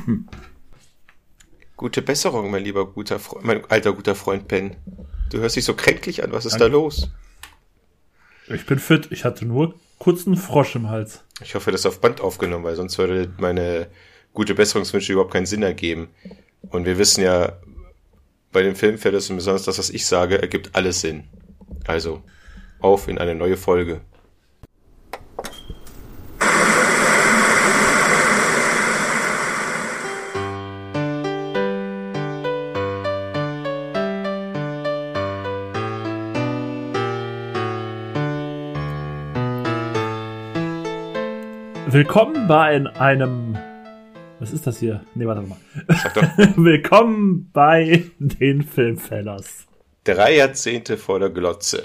Gute Besserung, mein alter guter Freund Ben. Du hörst dich so kränklich an. Was ist da los? Ich bin fit. Ich hatte nur kurz einen Frosch im Hals. Ich hoffe, das ist auf Band aufgenommen, weil sonst würde meine gute Besserungswünsche überhaupt keinen Sinn ergeben. Und wir wissen ja, bei den Filmfellas und besonders das, was ich sage, ergibt alles Sinn. Also, auf in eine neue Folge. Willkommen bei einem... Was ist das hier? Nee, warte mal. Sag doch. Willkommen bei den Filmfellas. 3 Jahrzehnte vor der Glotze.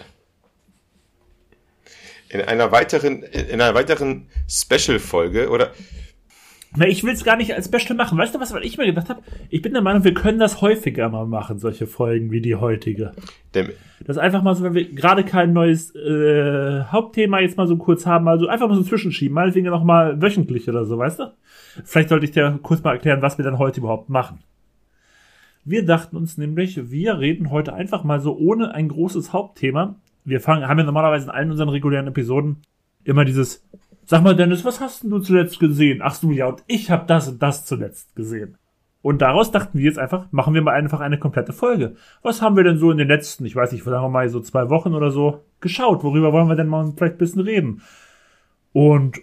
In einer weiteren Special-Folge, oder... Na, ich will es gar nicht als Special machen. Weißt du, was ich mir gedacht habe? Ich bin der Meinung, wir können das häufiger mal machen, solche Folgen wie die heutige. Das einfach mal so, wenn wir gerade kein neues Hauptthema jetzt mal so kurz haben, also einfach mal so zwischenschieben, meinetwegen noch mal wöchentlich oder so, weißt du? Vielleicht sollte ich dir kurz mal erklären, was wir dann heute überhaupt machen. Wir dachten uns nämlich, wir reden heute einfach mal so ohne ein großes Hauptthema. Haben ja normalerweise in allen unseren regulären Episoden immer dieses... Sag mal, Dennis, was hast denn du zuletzt gesehen? Ach so, ja, und ich habe das und das zuletzt gesehen. Und daraus dachten wir jetzt einfach, machen wir mal einfach eine komplette Folge. Was haben wir denn so in den letzten, ich weiß nicht, sagen wir mal so 2 Wochen oder so, geschaut? Worüber wollen wir denn mal vielleicht ein bisschen reden? Und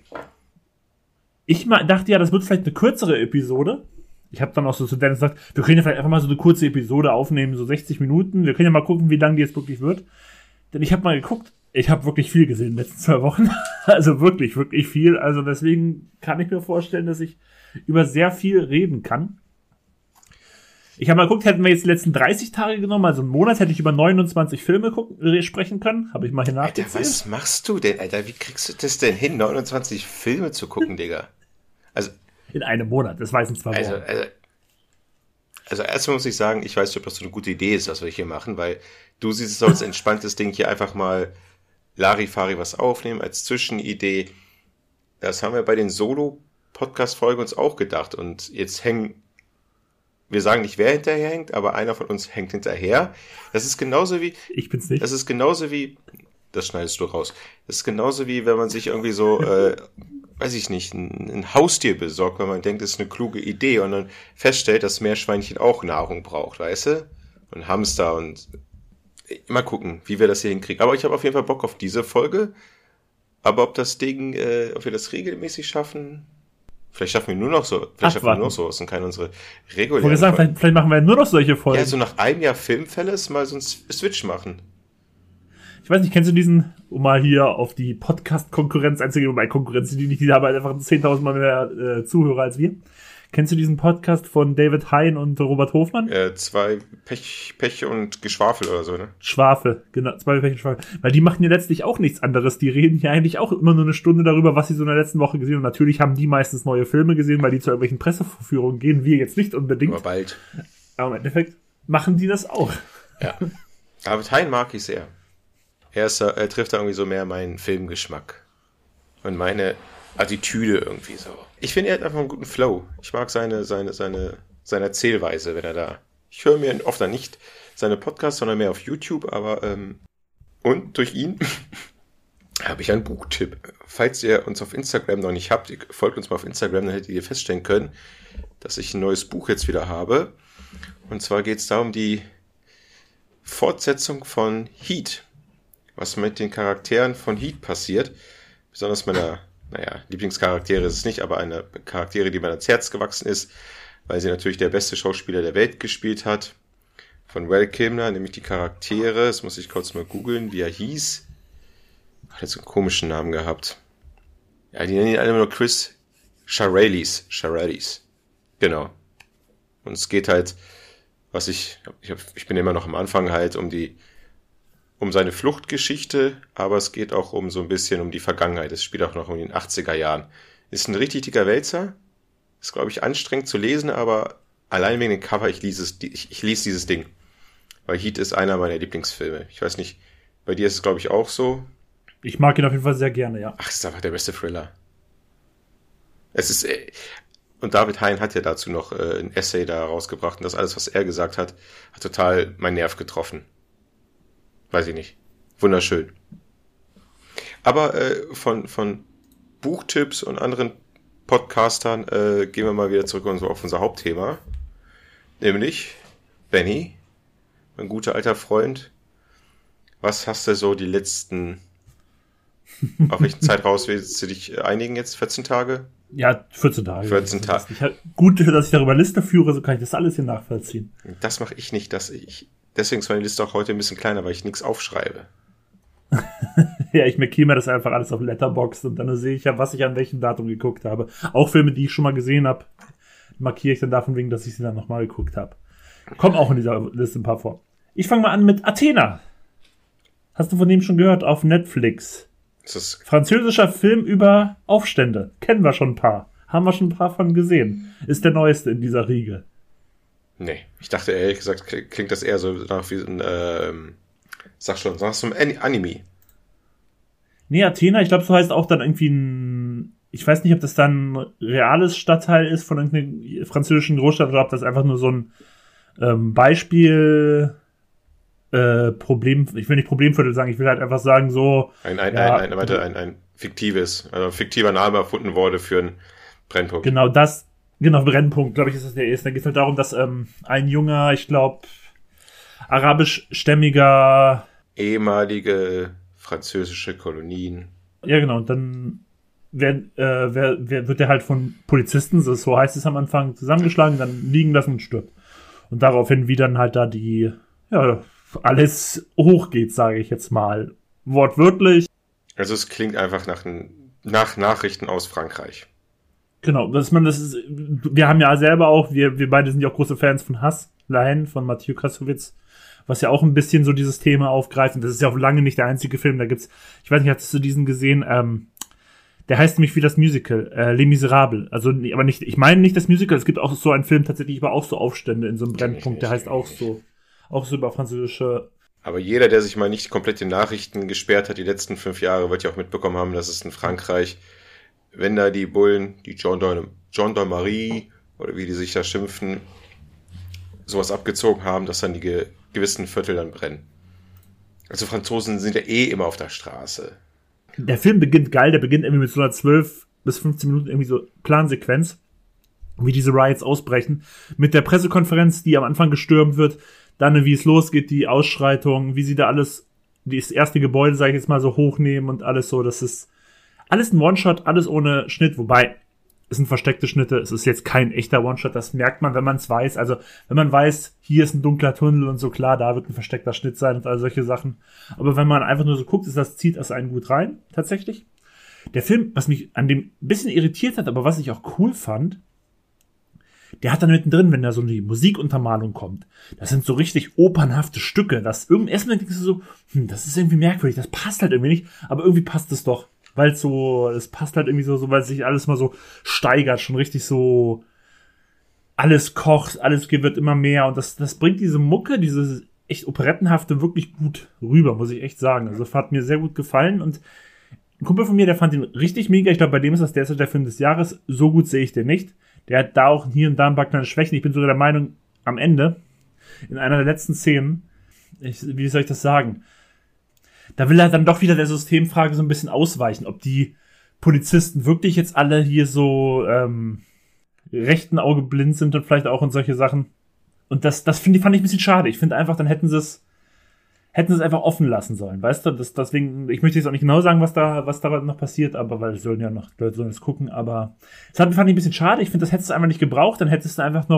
ich dachte ja, das wird vielleicht eine kürzere Episode. Ich habe dann auch so zu Dennis gesagt, wir können ja vielleicht einfach mal so eine kurze Episode aufnehmen, so 60 Minuten. Wir können ja mal gucken, wie lang die jetzt wirklich wird. Denn ich habe mal geguckt, ich habe wirklich viel gesehen in den letzten 2 Wochen. Also wirklich, wirklich viel. Also deswegen kann ich mir vorstellen, dass ich über sehr viel reden kann. Ich habe mal geguckt, hätten wir jetzt die letzten 30 Tage genommen, also einen Monat, hätte ich über 29 Filme sprechen können. Habe ich mal hier nachgezählt. Alter, was machst du denn, Alter? Wie kriegst du das denn hin, 29 Filme zu gucken, Digga? Also in einem Monat, das weiß in 2 Wochen. Also erstmal muss ich sagen, ich weiß nicht, ob das so eine gute Idee ist, was wir hier machen, weil du siehst es als entspanntes Ding, hier einfach mal Larifari was aufnehmen als Zwischenidee. Das haben wir bei den Solo-Podcast-Folgen uns auch gedacht. Und jetzt wir sagen nicht, wer hinterher hängt, aber einer von uns hängt hinterher. Das ist genauso wie... Ich bin's nicht. Das ist genauso wie... Das schneidest du raus. Das ist genauso wie, wenn man sich irgendwie so, weiß ich nicht, ein Haustier besorgt, weil man denkt, das ist eine kluge Idee und dann feststellt, dass Meerschweinchen auch Nahrung braucht, weißt du? Und Hamster und... Mal gucken, wie wir das hier hinkriegen. Aber ich habe auf jeden Fall Bock auf diese Folge. Aber ob das Ding, ob wir das regelmäßig schaffen, vielleicht schaffen wir nur noch so. Vielleicht schaffen wir nur noch so. Das sind keine unsere regulären Folgen. Vielleicht machen wir nur noch solche Folgen. Ja, so nach einem Jahr Filmfälles mal so einen Switch machen. Ich weiß nicht, kennst du diesen, um mal hier auf die Podcast-Konkurrenz einzugehen, wobei Konkurrenz, die haben halt einfach 10.000 Mal mehr Zuhörer als wir. Kennst du diesen Podcast von David Hein und Robert Hofmann? 2 Pech und Geschwafel oder so, ne? Schwafel, genau, 2 Pech und Schwafel. Weil die machen ja letztlich auch nichts anderes. Die reden ja eigentlich auch immer nur eine Stunde darüber, was sie so in der letzten Woche gesehen haben. Und natürlich haben die meistens neue Filme gesehen, weil die zu irgendwelchen Pressevorführungen gehen. Wir jetzt nicht unbedingt. Aber bald. Aber im Endeffekt machen die das auch. Ja. David Hein mag ich sehr. Er trifft da irgendwie so mehr meinen Filmgeschmack. Und meine Attitüde irgendwie so. Ich finde, er hat einfach einen guten Flow. Ich mag seine Erzählweise, wenn er da... Ich höre mir oft dann nicht seine Podcasts, sondern mehr auf YouTube, aber... Und durch ihn habe ich einen Buchtipp. Falls ihr uns auf Instagram noch nicht habt, ihr folgt uns mal auf Instagram, dann hättet ihr feststellen können, dass ich ein neues Buch jetzt wieder habe. Und zwar geht es da um die Fortsetzung von Heat. Was mit den Charakteren von Heat passiert. Besonders meiner... Lieblingscharaktere ist es nicht, aber eine Charaktere, die mir ans Herz gewachsen ist, weil sie natürlich der beste Schauspieler der Welt gespielt hat. Von Val Kilmer, nämlich die Charaktere, das muss ich kurz mal googeln, wie er hieß. Hat jetzt einen komischen Namen gehabt. Ja, die nennen ihn alle immer nur Chris Charelles. Genau. Und es geht halt, ich bin immer noch am Anfang halt um seine Fluchtgeschichte, aber es geht auch so ein bisschen um die Vergangenheit. Es spielt auch noch in den 80er Jahren. Ist ein richtig dicker Wälzer. Ist, glaube ich, anstrengend zu lesen, aber allein wegen dem Cover, ich lese dieses Ding. Weil Heat ist einer meiner Lieblingsfilme. Ich weiß nicht, bei dir ist es, glaube ich, auch so. Ich mag ihn auf jeden Fall sehr gerne, ja. Ach, es ist einfach der beste Thriller. Es ist, Und David Hein hat ja dazu noch ein Essay da rausgebracht und das alles, was er gesagt hat, hat total meinen Nerv getroffen. Weiß ich nicht. Wunderschön. Aber von Buchtipps und anderen Podcastern gehen wir mal wieder zurück auf unser Hauptthema. Nämlich, Benny, mein guter alter Freund, was hast du so die letzten, auf welche Zeit raus willst du dich einigen jetzt? 14 Tage? Ja, 14 Tage. 14 Tage. Gut, dass ich darüber Liste führe, so kann ich das alles hier nachvollziehen. Das mache ich nicht, deswegen ist meine Liste auch heute ein bisschen kleiner, weil ich nichts aufschreibe. Ja, ich markiere mir das einfach alles auf Letterboxd und dann sehe ich ja, was ich an welchem Datum geguckt habe. Auch Filme, die ich schon mal gesehen habe, markiere ich dann davon wegen, dass ich sie dann nochmal geguckt habe. Kommen auch in dieser Liste ein paar vor. Ich fange mal an mit Athena. Hast du von dem schon gehört? Auf Netflix. Französischer Film über Aufstände. Kennen wir schon ein paar. Haben wir schon ein paar von gesehen. Ist der neueste in dieser Riege. Nee, ich dachte ehrlich gesagt, klingt das eher so nach wie ein, sagst du ein Anime? Nee, Athena, ich glaube, so heißt auch dann irgendwie ein, ich weiß nicht, ob das dann ein reales Stadtteil ist von irgendeiner französischen Großstadt oder ob das einfach nur so ein Beispiel Problem, ich will nicht Problemviertel sagen, ich will halt einfach sagen, so. Ein fiktiver Name erfunden wurde für einen Brennpunkt. Genau, Brennpunkt, glaube ich, ist das der erste. Da geht es halt darum, dass ein junger, ich glaube, arabischstämmiger ehemalige französische Kolonien. Ja, genau, und dann wird er halt von Polizisten, so heißt es am Anfang, zusammengeschlagen, dann liegen lassen und stirbt. Und daraufhin, wie dann halt da alles hochgeht, sage ich jetzt mal. Wortwörtlich. Also es klingt einfach nach Nachrichten aus Frankreich. Genau, wir haben ja selber auch, wir beide sind ja auch große Fans von Hass, La Haine von Mathieu Kassovitz, was ja auch ein bisschen so dieses Thema aufgreift. Und das ist ja auch lange nicht der einzige Film, da gibt's, ich weiß nicht, hast du diesen gesehen, der heißt nämlich wie das Musical, Les Miserables. Also, aber nicht, ich meine nicht das Musical, es gibt auch so einen Film tatsächlich über auch so Aufstände in so einem Brennpunkt, der heißt auch so über französische. Aber jeder, der sich mal nicht komplett die Nachrichten gesperrt hat, die letzten 5 Jahre, wird ja auch mitbekommen haben, dass es in Frankreich, wenn da die Bullen, die Gendarmerie oder wie die sich da schimpfen, sowas abgezogen haben, dass dann die gewissen Viertel dann brennen. Also Franzosen sind ja immer auf der Straße. Der Film beginnt geil, der beginnt irgendwie mit so einer 12 bis 15 Minuten irgendwie so Plansequenz, wie diese Riots ausbrechen, mit der Pressekonferenz, die am Anfang gestürmt wird, dann wie es losgeht, die Ausschreitung, wie sie da alles, das erste Gebäude, sag ich jetzt mal, so hochnehmen und alles so, das ist alles ein One-Shot, alles ohne Schnitt, wobei, es sind versteckte Schnitte, es ist jetzt kein echter One-Shot, das merkt man, wenn man es weiß, also wenn man weiß, hier ist ein dunkler Tunnel und so, klar, da wird ein versteckter Schnitt sein und all solche Sachen, aber wenn man einfach nur so guckt, zieht das einen gut rein, tatsächlich. Der Film, was mich an dem ein bisschen irritiert hat, aber was ich auch cool fand, der hat dann mittendrin, wenn da so eine Musikuntermalung kommt, das sind so richtig opernhafte Stücke, erstmal denkst du so, das ist irgendwie merkwürdig, das passt halt irgendwie nicht, aber irgendwie passt es doch, weil es passt halt irgendwie so, weil sich alles mal so steigert, schon richtig so, alles kocht, alles wird immer mehr und das bringt diese Mucke, diese echt operettenhafte wirklich gut rüber, muss ich echt sagen, also hat mir sehr gut gefallen und ein Kumpel von mir, der fand den richtig mega, ich glaube, bei dem ist das derzeit der Film des Jahres, so gut sehe ich den nicht. Der hat da auch hier und da ein paar kleine Schwächen. Ich bin sogar der Meinung, am Ende, in einer der letzten Szenen, wie soll ich das sagen? Da will er dann doch wieder der Systemfrage so ein bisschen ausweichen, ob die Polizisten wirklich jetzt alle hier so rechten Auge blind sind und vielleicht auch und solche Sachen. Und das fand ich ein bisschen schade. Ich finde einfach, dann hätten sie es einfach offen lassen sollen, weißt du? Deswegen, ich möchte jetzt auch nicht genau sagen, was da noch passiert, aber weil es sollen ja noch Leute sollen es gucken, aber fand ich ein bisschen schade. Ich finde, das hättest du einfach nicht gebraucht, dann hättest du einfach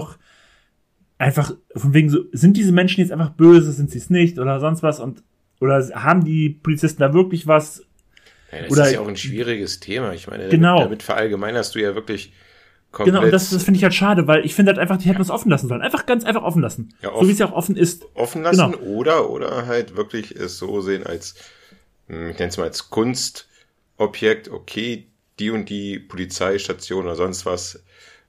von wegen so, sind diese Menschen jetzt einfach böse, sind sie es nicht oder sonst was oder haben die Polizisten da wirklich was? Ja, das ist ja auch ein schwieriges Thema. Ich meine, genau. damit verallgemeinerst du ja wirklich komplett. Genau, und das finde ich halt schade, weil ich finde halt einfach, die hätten es offen lassen sollen. Ganz einfach offen lassen. Ja, so wie es ja auch offen ist. Offen lassen, genau. oder halt wirklich es so sehen als, ich nenne es mal als Kunstobjekt, okay, die und die Polizeistation oder sonst was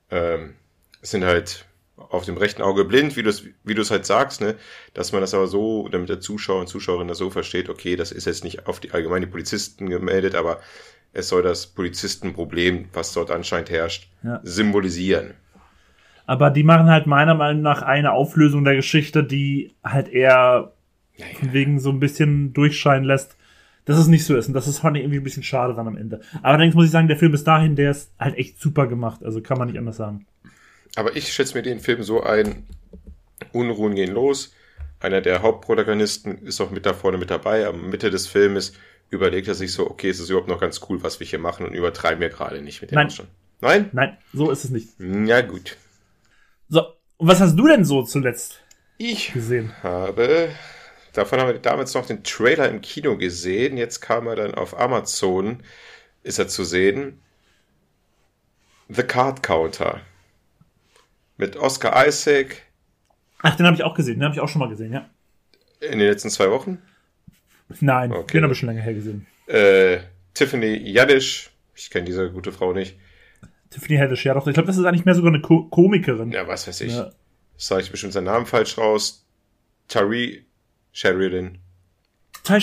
sind halt auf dem rechten Auge blind, wie du es halt sagst, ne, dass man das aber so, damit der Zuschauer und Zuschauerin das so versteht, okay, das ist jetzt nicht auf die allgemeine Polizisten gemeldet, aber es soll das Polizistenproblem, was dort anscheinend herrscht, symbolisieren. Aber die machen halt meiner Meinung nach eine Auflösung der Geschichte, die halt eher von wegen so ein bisschen durchscheinen lässt, dass es nicht so ist. Und das fand ich irgendwie ein bisschen schade dann am Ende. Allerdings muss ich sagen, der Film bis dahin, der ist halt echt super gemacht. Also kann man nicht anders sagen. Aber ich schätze mir den Film so ein, Unruhen gehen los. Einer der Hauptprotagonisten ist auch mit da vorne mit dabei. Am Mitte des Filmes überlegt er sich so, okay, es ist überhaupt noch ganz cool, was wir hier machen und übertreiben wir gerade nicht mit dem Action. Nein? Nein, so ist es nicht. Ja, gut. So, und was hast du denn so zuletzt gesehen? Davon haben wir damals noch den Trailer im Kino gesehen. Jetzt kam er dann auf Amazon, ist er zu sehen. The Card Counter. Mit Oscar Isaac. Ach, den habe ich auch gesehen. Den habe ich auch schon mal gesehen, ja. In den letzten 2 Wochen? Nein, okay. Den habe ich schon länger her gesehen. Tiffany Haddish. Ich kenne diese gute Frau nicht. Tiffany Haddish, ja doch. Ich glaube, das ist eigentlich mehr sogar eine Komikerin. Ja, was weiß ich. Ja. Sage ich bestimmt seinen Namen falsch raus. Sheridan. Tyree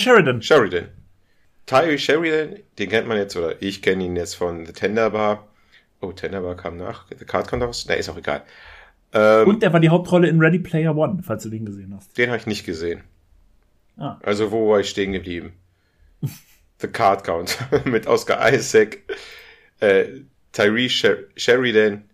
Sheridan, den kennt man jetzt, oder ich kenne ihn jetzt von The Tender Bar. Oh, Tender Bar kam nach. The Card kommt raus? Ne, ist auch egal. Und der war die Hauptrolle in Ready Player One, falls du den gesehen hast. Den habe ich nicht gesehen. Also, wo war ich stehen geblieben? The Card Counter mit Oscar Isaac, Tyree Sheridan.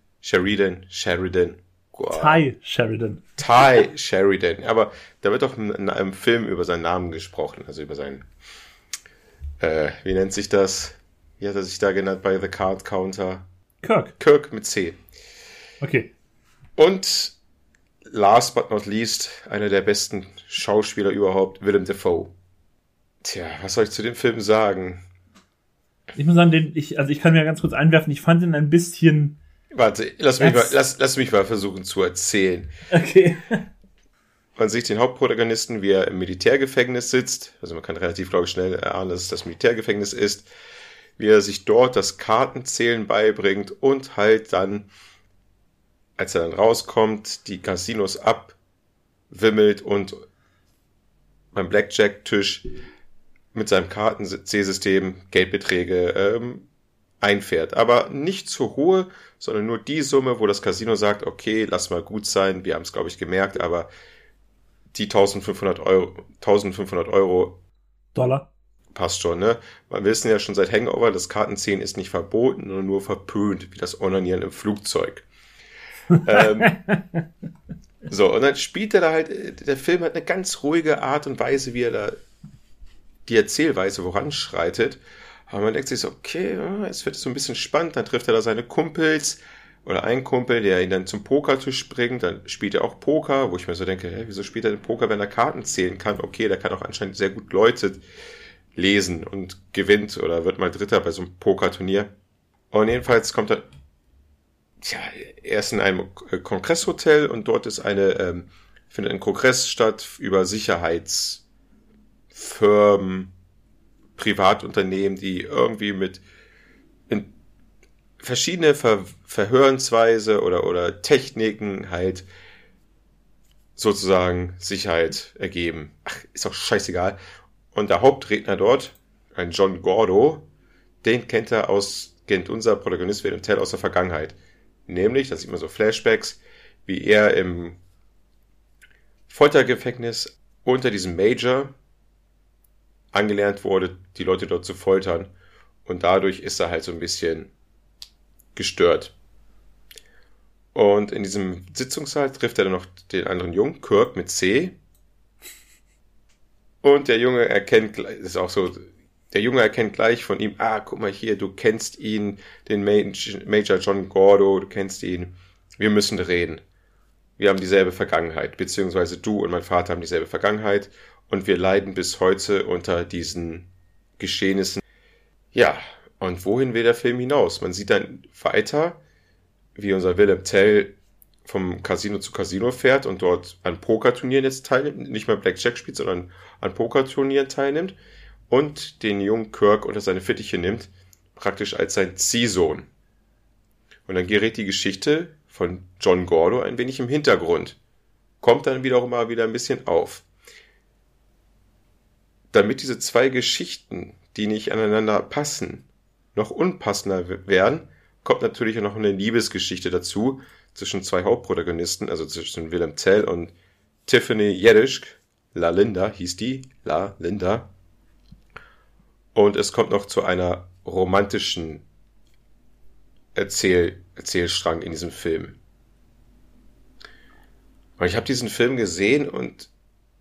Ty Sheridan. Aber da wird doch in einem Film über seinen Namen gesprochen, also über seinen, wie nennt sich das? Wie hat er sich da genannt bei The Card Counter? Kirk mit C. Okay. Und last but not least, einer der besten Schauspieler überhaupt, Willem Dafoe. Tja, was soll ich zu dem Film sagen? Ich muss sagen, ich kann mir ganz kurz einwerfen, ich fand ihn ein bisschen... Warte, lass mich mal versuchen zu erzählen. Okay. Man sieht den Hauptprotagonisten, wie er im Militärgefängnis sitzt. Also man kann relativ, glaube ich, schnell erahnen, dass es das Militärgefängnis ist. Wie er sich dort das Kartenzählen beibringt und halt dann, als er dann rauskommt, die Casinos abwimmelt und beim Blackjack-Tisch mit seinem Kartenzählsystem Geldbeträge einfährt. Aber nicht zu hohe, sondern nur die Summe, wo das Casino sagt, okay, lass mal gut sein, wir haben es, glaube ich, gemerkt, aber die 1500 Euro Dollar passt schon, ne? Wir wissen ja schon seit Hangover, das Kartenzählen ist nicht verboten, sondern nur verpönt, wie das Onanieren im Flugzeug. So, und dann spielt er da halt, der Film hat eine ganz ruhige Art und Weise, wie er da die Erzählweise voranschreitet. Aber man denkt sich so, okay, jetzt wird es so ein bisschen spannend, dann trifft er da seine Kumpels oder einen Kumpel, der ihn dann zum Pokertisch bringt, dann spielt er auch Poker, wo ich mir so denke, wieso spielt er den Poker, wenn er Karten zählen kann? Okay, der kann auch anscheinend sehr gut Leute lesen und gewinnt oder wird mal Dritter bei so einem Pokerturnier. Und jedenfalls kommt er, er ist in einem Kongresshotel und dort ist findet ein Kongress statt über Sicherheitsfirmen, Privatunternehmen, die irgendwie mit in verschiedene Verhörensweise oder Techniken halt sozusagen Sicherheit ergeben. Ach, ist auch scheißegal. Und der Hauptredner dort, ein John Gordo, den kennt unser Protagonist Willem Tell aus der Vergangenheit. Nämlich, da sieht man so Flashbacks, wie er im Foltergefängnis unter diesem Major angelernt wurde, die Leute dort zu foltern. Und dadurch ist er halt so ein bisschen gestört. Und in diesem Sitzungssaal trifft er dann noch den anderen Jungen, Kirk mit C. Und der Junge erkennt gleich von ihm, guck mal hier, du kennst ihn, den Major John Gordo, du kennst ihn, wir müssen reden. Wir haben dieselbe Vergangenheit, beziehungsweise du und mein Vater haben dieselbe Vergangenheit und wir leiden bis heute unter diesen Geschehnissen. Ja, und wohin will der Film hinaus? Man sieht dann weiter, wie unser Willem Tell vom Casino zu Casino fährt und dort an Pokerturnieren jetzt teilnimmt, nicht mehr Blackjack spielt, sondern an Pokerturnieren teilnimmt und den jungen Kirk unter seine Fittiche nimmt, praktisch als sein Ziehsohn. Und dann gerät die Geschichte von John Gordo ein wenig im Hintergrund, kommt dann wiederum mal wieder ein bisschen auf. Damit diese zwei Geschichten, die nicht aneinander passen, noch unpassender werden, kommt natürlich noch eine Liebesgeschichte dazu zwischen zwei Hauptprotagonisten, also zwischen Willem Tell und Tiffany Haddish. La Linda hieß die. La Linda. Und es kommt noch zu einer romantischen Erzählstrang in diesem Film. Und ich habe diesen Film gesehen und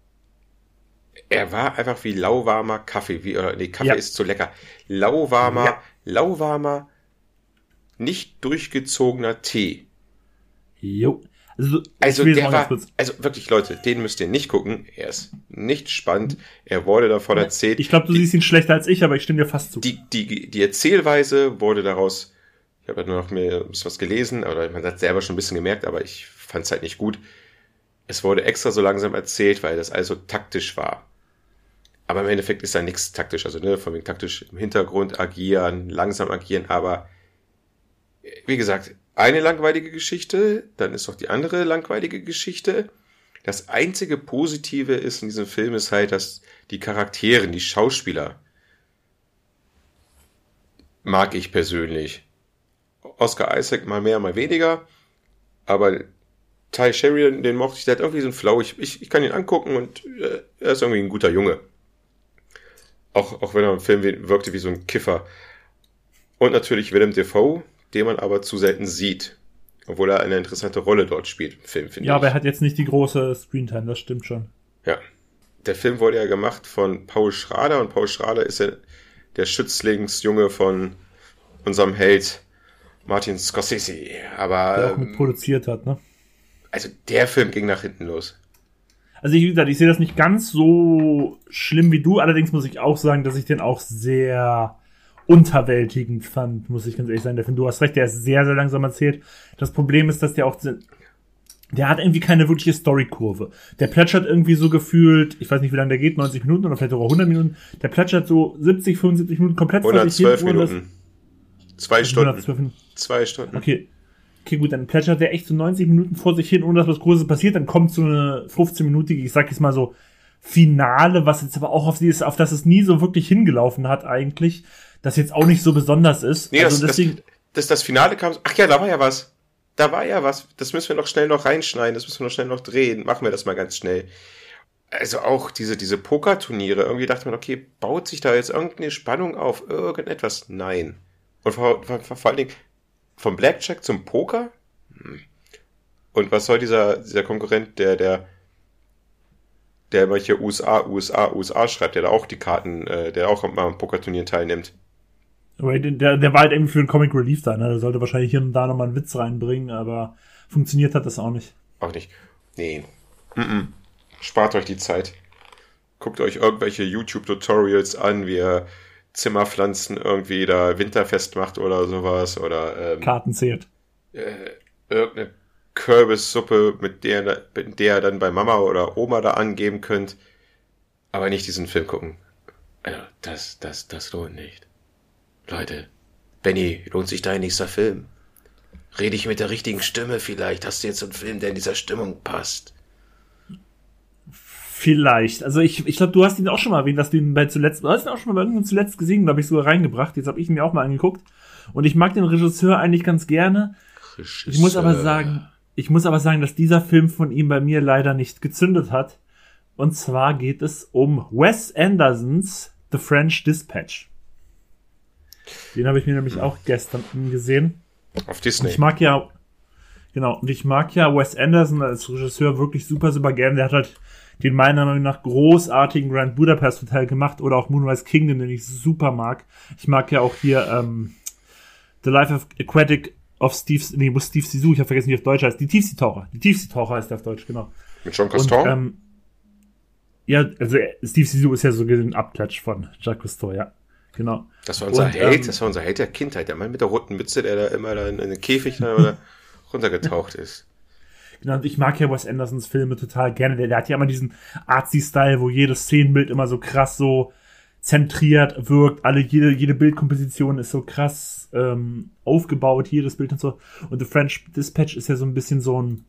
er war einfach wie lauwarmer Kaffee. Kaffee ist zu lecker. Lauwarmer, nicht durchgezogener Tee. Jo. Also wirklich, Leute, den müsst ihr nicht gucken. Er ist nicht spannend. Er wurde davon erzählt. Ich glaube, du siehst ihn schlechter als ich, aber ich stimme dir fast zu. Die Erzählweise wurde daraus, ich habe nur noch ein bisschen was gelesen, oder man hat selber schon ein bisschen gemerkt, aber ich fand es halt nicht gut. Es wurde extra so langsam erzählt, weil das also taktisch war. Aber im Endeffekt ist da nichts taktisch, also von wegen taktisch im Hintergrund agieren, langsam agieren, aber wie gesagt, eine langweilige Geschichte, dann ist noch die andere langweilige Geschichte. Das einzige Positive ist in diesem Film ist halt, dass die Charaktere, die Schauspieler, mag ich persönlich. Oscar Isaac mal mehr, mal weniger, aber Ty Sheridan, den mochte ich, der hat irgendwie so einen Flow. Ich kann ihn angucken und er ist irgendwie ein guter Junge. Auch wenn er im Film wirkte wie so ein Kiffer. Und natürlich Willem Dafoe, den man aber zu selten sieht. Obwohl er eine interessante Rolle dort spielt im Film, finde ich. Ja, aber er hat jetzt nicht die große Screentime, das stimmt schon. Ja. Der Film wurde ja gemacht von Paul Schrader und Paul Schrader ist ja der Schützlingsjunge von unserem Held Martin Scorsese. Aber der auch mit produziert hat, ne? Also der Film ging nach hinten los. Also wie gesagt, ich sehe das nicht ganz so schlimm wie du, allerdings muss ich auch sagen, dass ich den auch sehr unterwältigend fand, muss ich ganz ehrlich sagen. Der Film, du hast recht, der ist sehr, sehr langsam erzählt. Das Problem ist, dass der hat irgendwie keine wirkliche Storykurve. Der plätschert irgendwie so gefühlt, ich weiß nicht, wie lange der geht, 90 Minuten oder vielleicht auch 100 Minuten. Der plätschert so 70, 75 Minuten komplett vor sich hin. 112 Minuten. 2 Stunden. 2 Stunden. Okay, gut, dann plätschert der echt so 90 Minuten vor sich hin, ohne dass was Großes passiert. Dann kommt so eine 15-minütige, ich sag jetzt mal so, Finale, was jetzt aber auch auf das es nie so wirklich hingelaufen hat eigentlich, das jetzt auch nicht so besonders ist. Nee, also das Finale kam, ach ja, da war ja was. Das müssen wir noch schnell noch reinschneiden, das müssen wir noch schnell noch drehen. Machen wir das mal ganz schnell. Also auch diese Pokerturniere, irgendwie dachte man, okay, baut sich da jetzt irgendeine Spannung auf irgendetwas? Nein. Und vor allen Dingen vom Blackjack zum Poker? Und was soll dieser Konkurrent, der immer hier USA schreibt, der da auch die Karten, der auch mal am Pokerturnier teilnimmt? Aber der war halt irgendwie für den Comic Relief da, ne? Der sollte wahrscheinlich hier und da nochmal einen Witz reinbringen, aber funktioniert hat das auch nicht. Auch nicht. Nee. Spart euch die Zeit. Guckt euch irgendwelche YouTube-Tutorials an, wie ihr Zimmerpflanzen irgendwie da winterfest macht oder sowas. Oder Karten zählt. Irgendeine Kürbissuppe, mit der ihr dann bei Mama oder Oma da angeben könnt. Aber nicht diesen Film gucken. Also, das lohnt nicht. Leute, Benny, lohnt sich dein nächster Film? Rede ich mit der richtigen Stimme vielleicht? Hast du jetzt einen Film, der in dieser Stimmung passt? Vielleicht. Also ich glaube, du hast ihn auch schon mal erwähnt, dass du ihn zuletzt gesehen, glaube ich, sogar reingebracht. Jetzt habe ich ihn mir auch mal angeguckt. Und ich mag den Regisseur eigentlich ganz gerne. Ich muss aber sagen, dass dieser Film von ihm bei mir leider nicht gezündet hat. Und zwar geht es um Wes Andersons The French Dispatch. Den habe ich mir nämlich auch gestern gesehen. Auf Disney. Und ich mag ja Wes Anderson als Regisseur wirklich super, super gerne. Der hat halt den meiner Meinung nach großartigen Grand Budapest Hotel gemacht oder auch Moonrise Kingdom, den ich super mag. Ich mag ja auch hier The Life Aquatic of Steve Zissou, ich habe vergessen, wie auf Deutsch heißt. Die Tiefseetaucher. Die Tiefseetaucher heißt der auf Deutsch, genau. Mit Jean Cousteau? Ja, also Steve Zissou ist ja so ein Abklatsch von Jacques Cousteau, ja. Genau. Das war unser Held der Kindheit, der Mann mit der roten Mütze, der da immer da in den Käfig runtergetaucht ist. Genau, und ich mag ja Wes Andersons Filme total gerne. Der hat ja immer diesen Artsy-Style, wo jedes Szenenbild immer so krass so zentriert wirkt. Jede Bildkomposition ist so krass aufgebaut, jedes Bild und so. Und The French Dispatch ist ja so ein bisschen so ein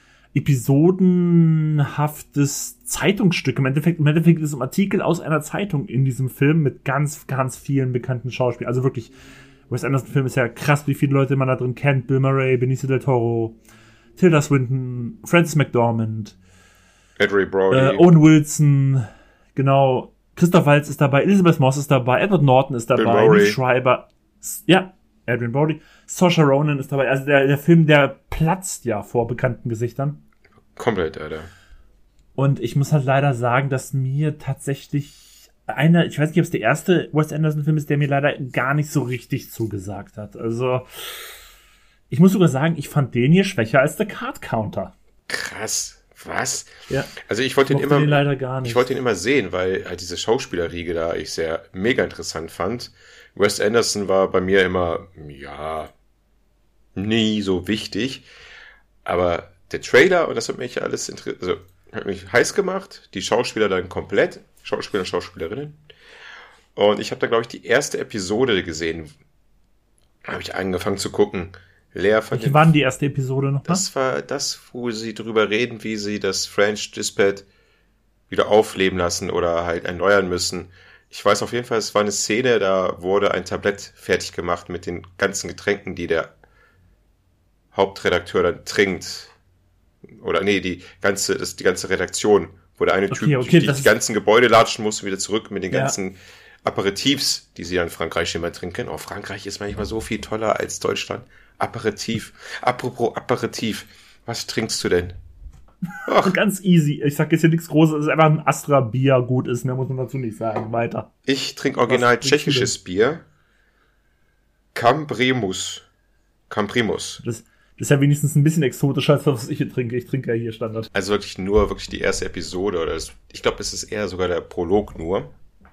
episodenhaftes Zeitungsstück. Im Endeffekt ist es ein Artikel aus einer Zeitung in diesem Film mit ganz, ganz vielen bekannten Schauspielern. Also wirklich Wes Anderson-Film ist ja krass, wie viele Leute man da drin kennt. Bill Murray, Benicio del Toro, Tilda Swinton, Frances McDormand, Edward Brody, Owen Wilson, genau, Christoph Waltz ist dabei, Elizabeth Moss ist dabei, Edward Norton ist dabei, Liev Schreiber, ja, Adrian Brody, Saoirse Ronan ist dabei. Also der Film, der platzt ja vor bekannten Gesichtern. Komplett, Alter. Und ich muss halt leider sagen, dass mir tatsächlich ich weiß nicht, ob es der erste Wes Anderson-Film ist, der mir leider gar nicht so richtig zugesagt hat. Also, ich muss sogar sagen, ich fand den hier schwächer als The Card Counter. Krass. Was? Ja. Also ich wollte ihn leider gar nicht. Ich wollte ihn immer sehen, weil halt diese Schauspielerriege da ich sehr mega interessant fand. Wes Anderson war bei mir immer, ja, nie so wichtig. Aber der Trailer, und das hat mich alles hat mich heiß gemacht. Die Schauspieler dann komplett. Schauspieler und Schauspielerinnen. Und ich habe da, glaube ich, die erste Episode gesehen. Da habe ich angefangen zu gucken. Welche waren die erste Episode noch? Das war das, wo sie drüber reden, wie sie das French Dispatch wieder aufleben lassen oder halt erneuern müssen. Ich weiß auf jeden Fall, es war eine Szene, da wurde ein Tablett fertig gemacht mit den ganzen Getränken, die der Hauptredakteur dann trinkt. Oder nee, die ganze Redaktion, wo der eine Typ die ganzen Gebäude latschen musste, wieder zurück mit den ganzen Aperitifs, die sie ja in Frankreich immer trinken. Oh, Frankreich ist manchmal so viel toller als Deutschland. Aperitif. Apropos Aperitif. Was trinkst du denn? Ach. Ganz easy. Ich sag jetzt hier nichts Großes. Es ist einfach ein Astra-Bier. Gut ist, mehr muss man dazu nicht sagen. Weiter. Ich trinke original tschechisches Bier. Camprimus. Das ist ja wenigstens ein bisschen exotischer als das, was ich hier trinke. Ich trinke ja hier Standard. Also wirklich die erste Episode. Ich glaube, es ist eher sogar der Prolog nur.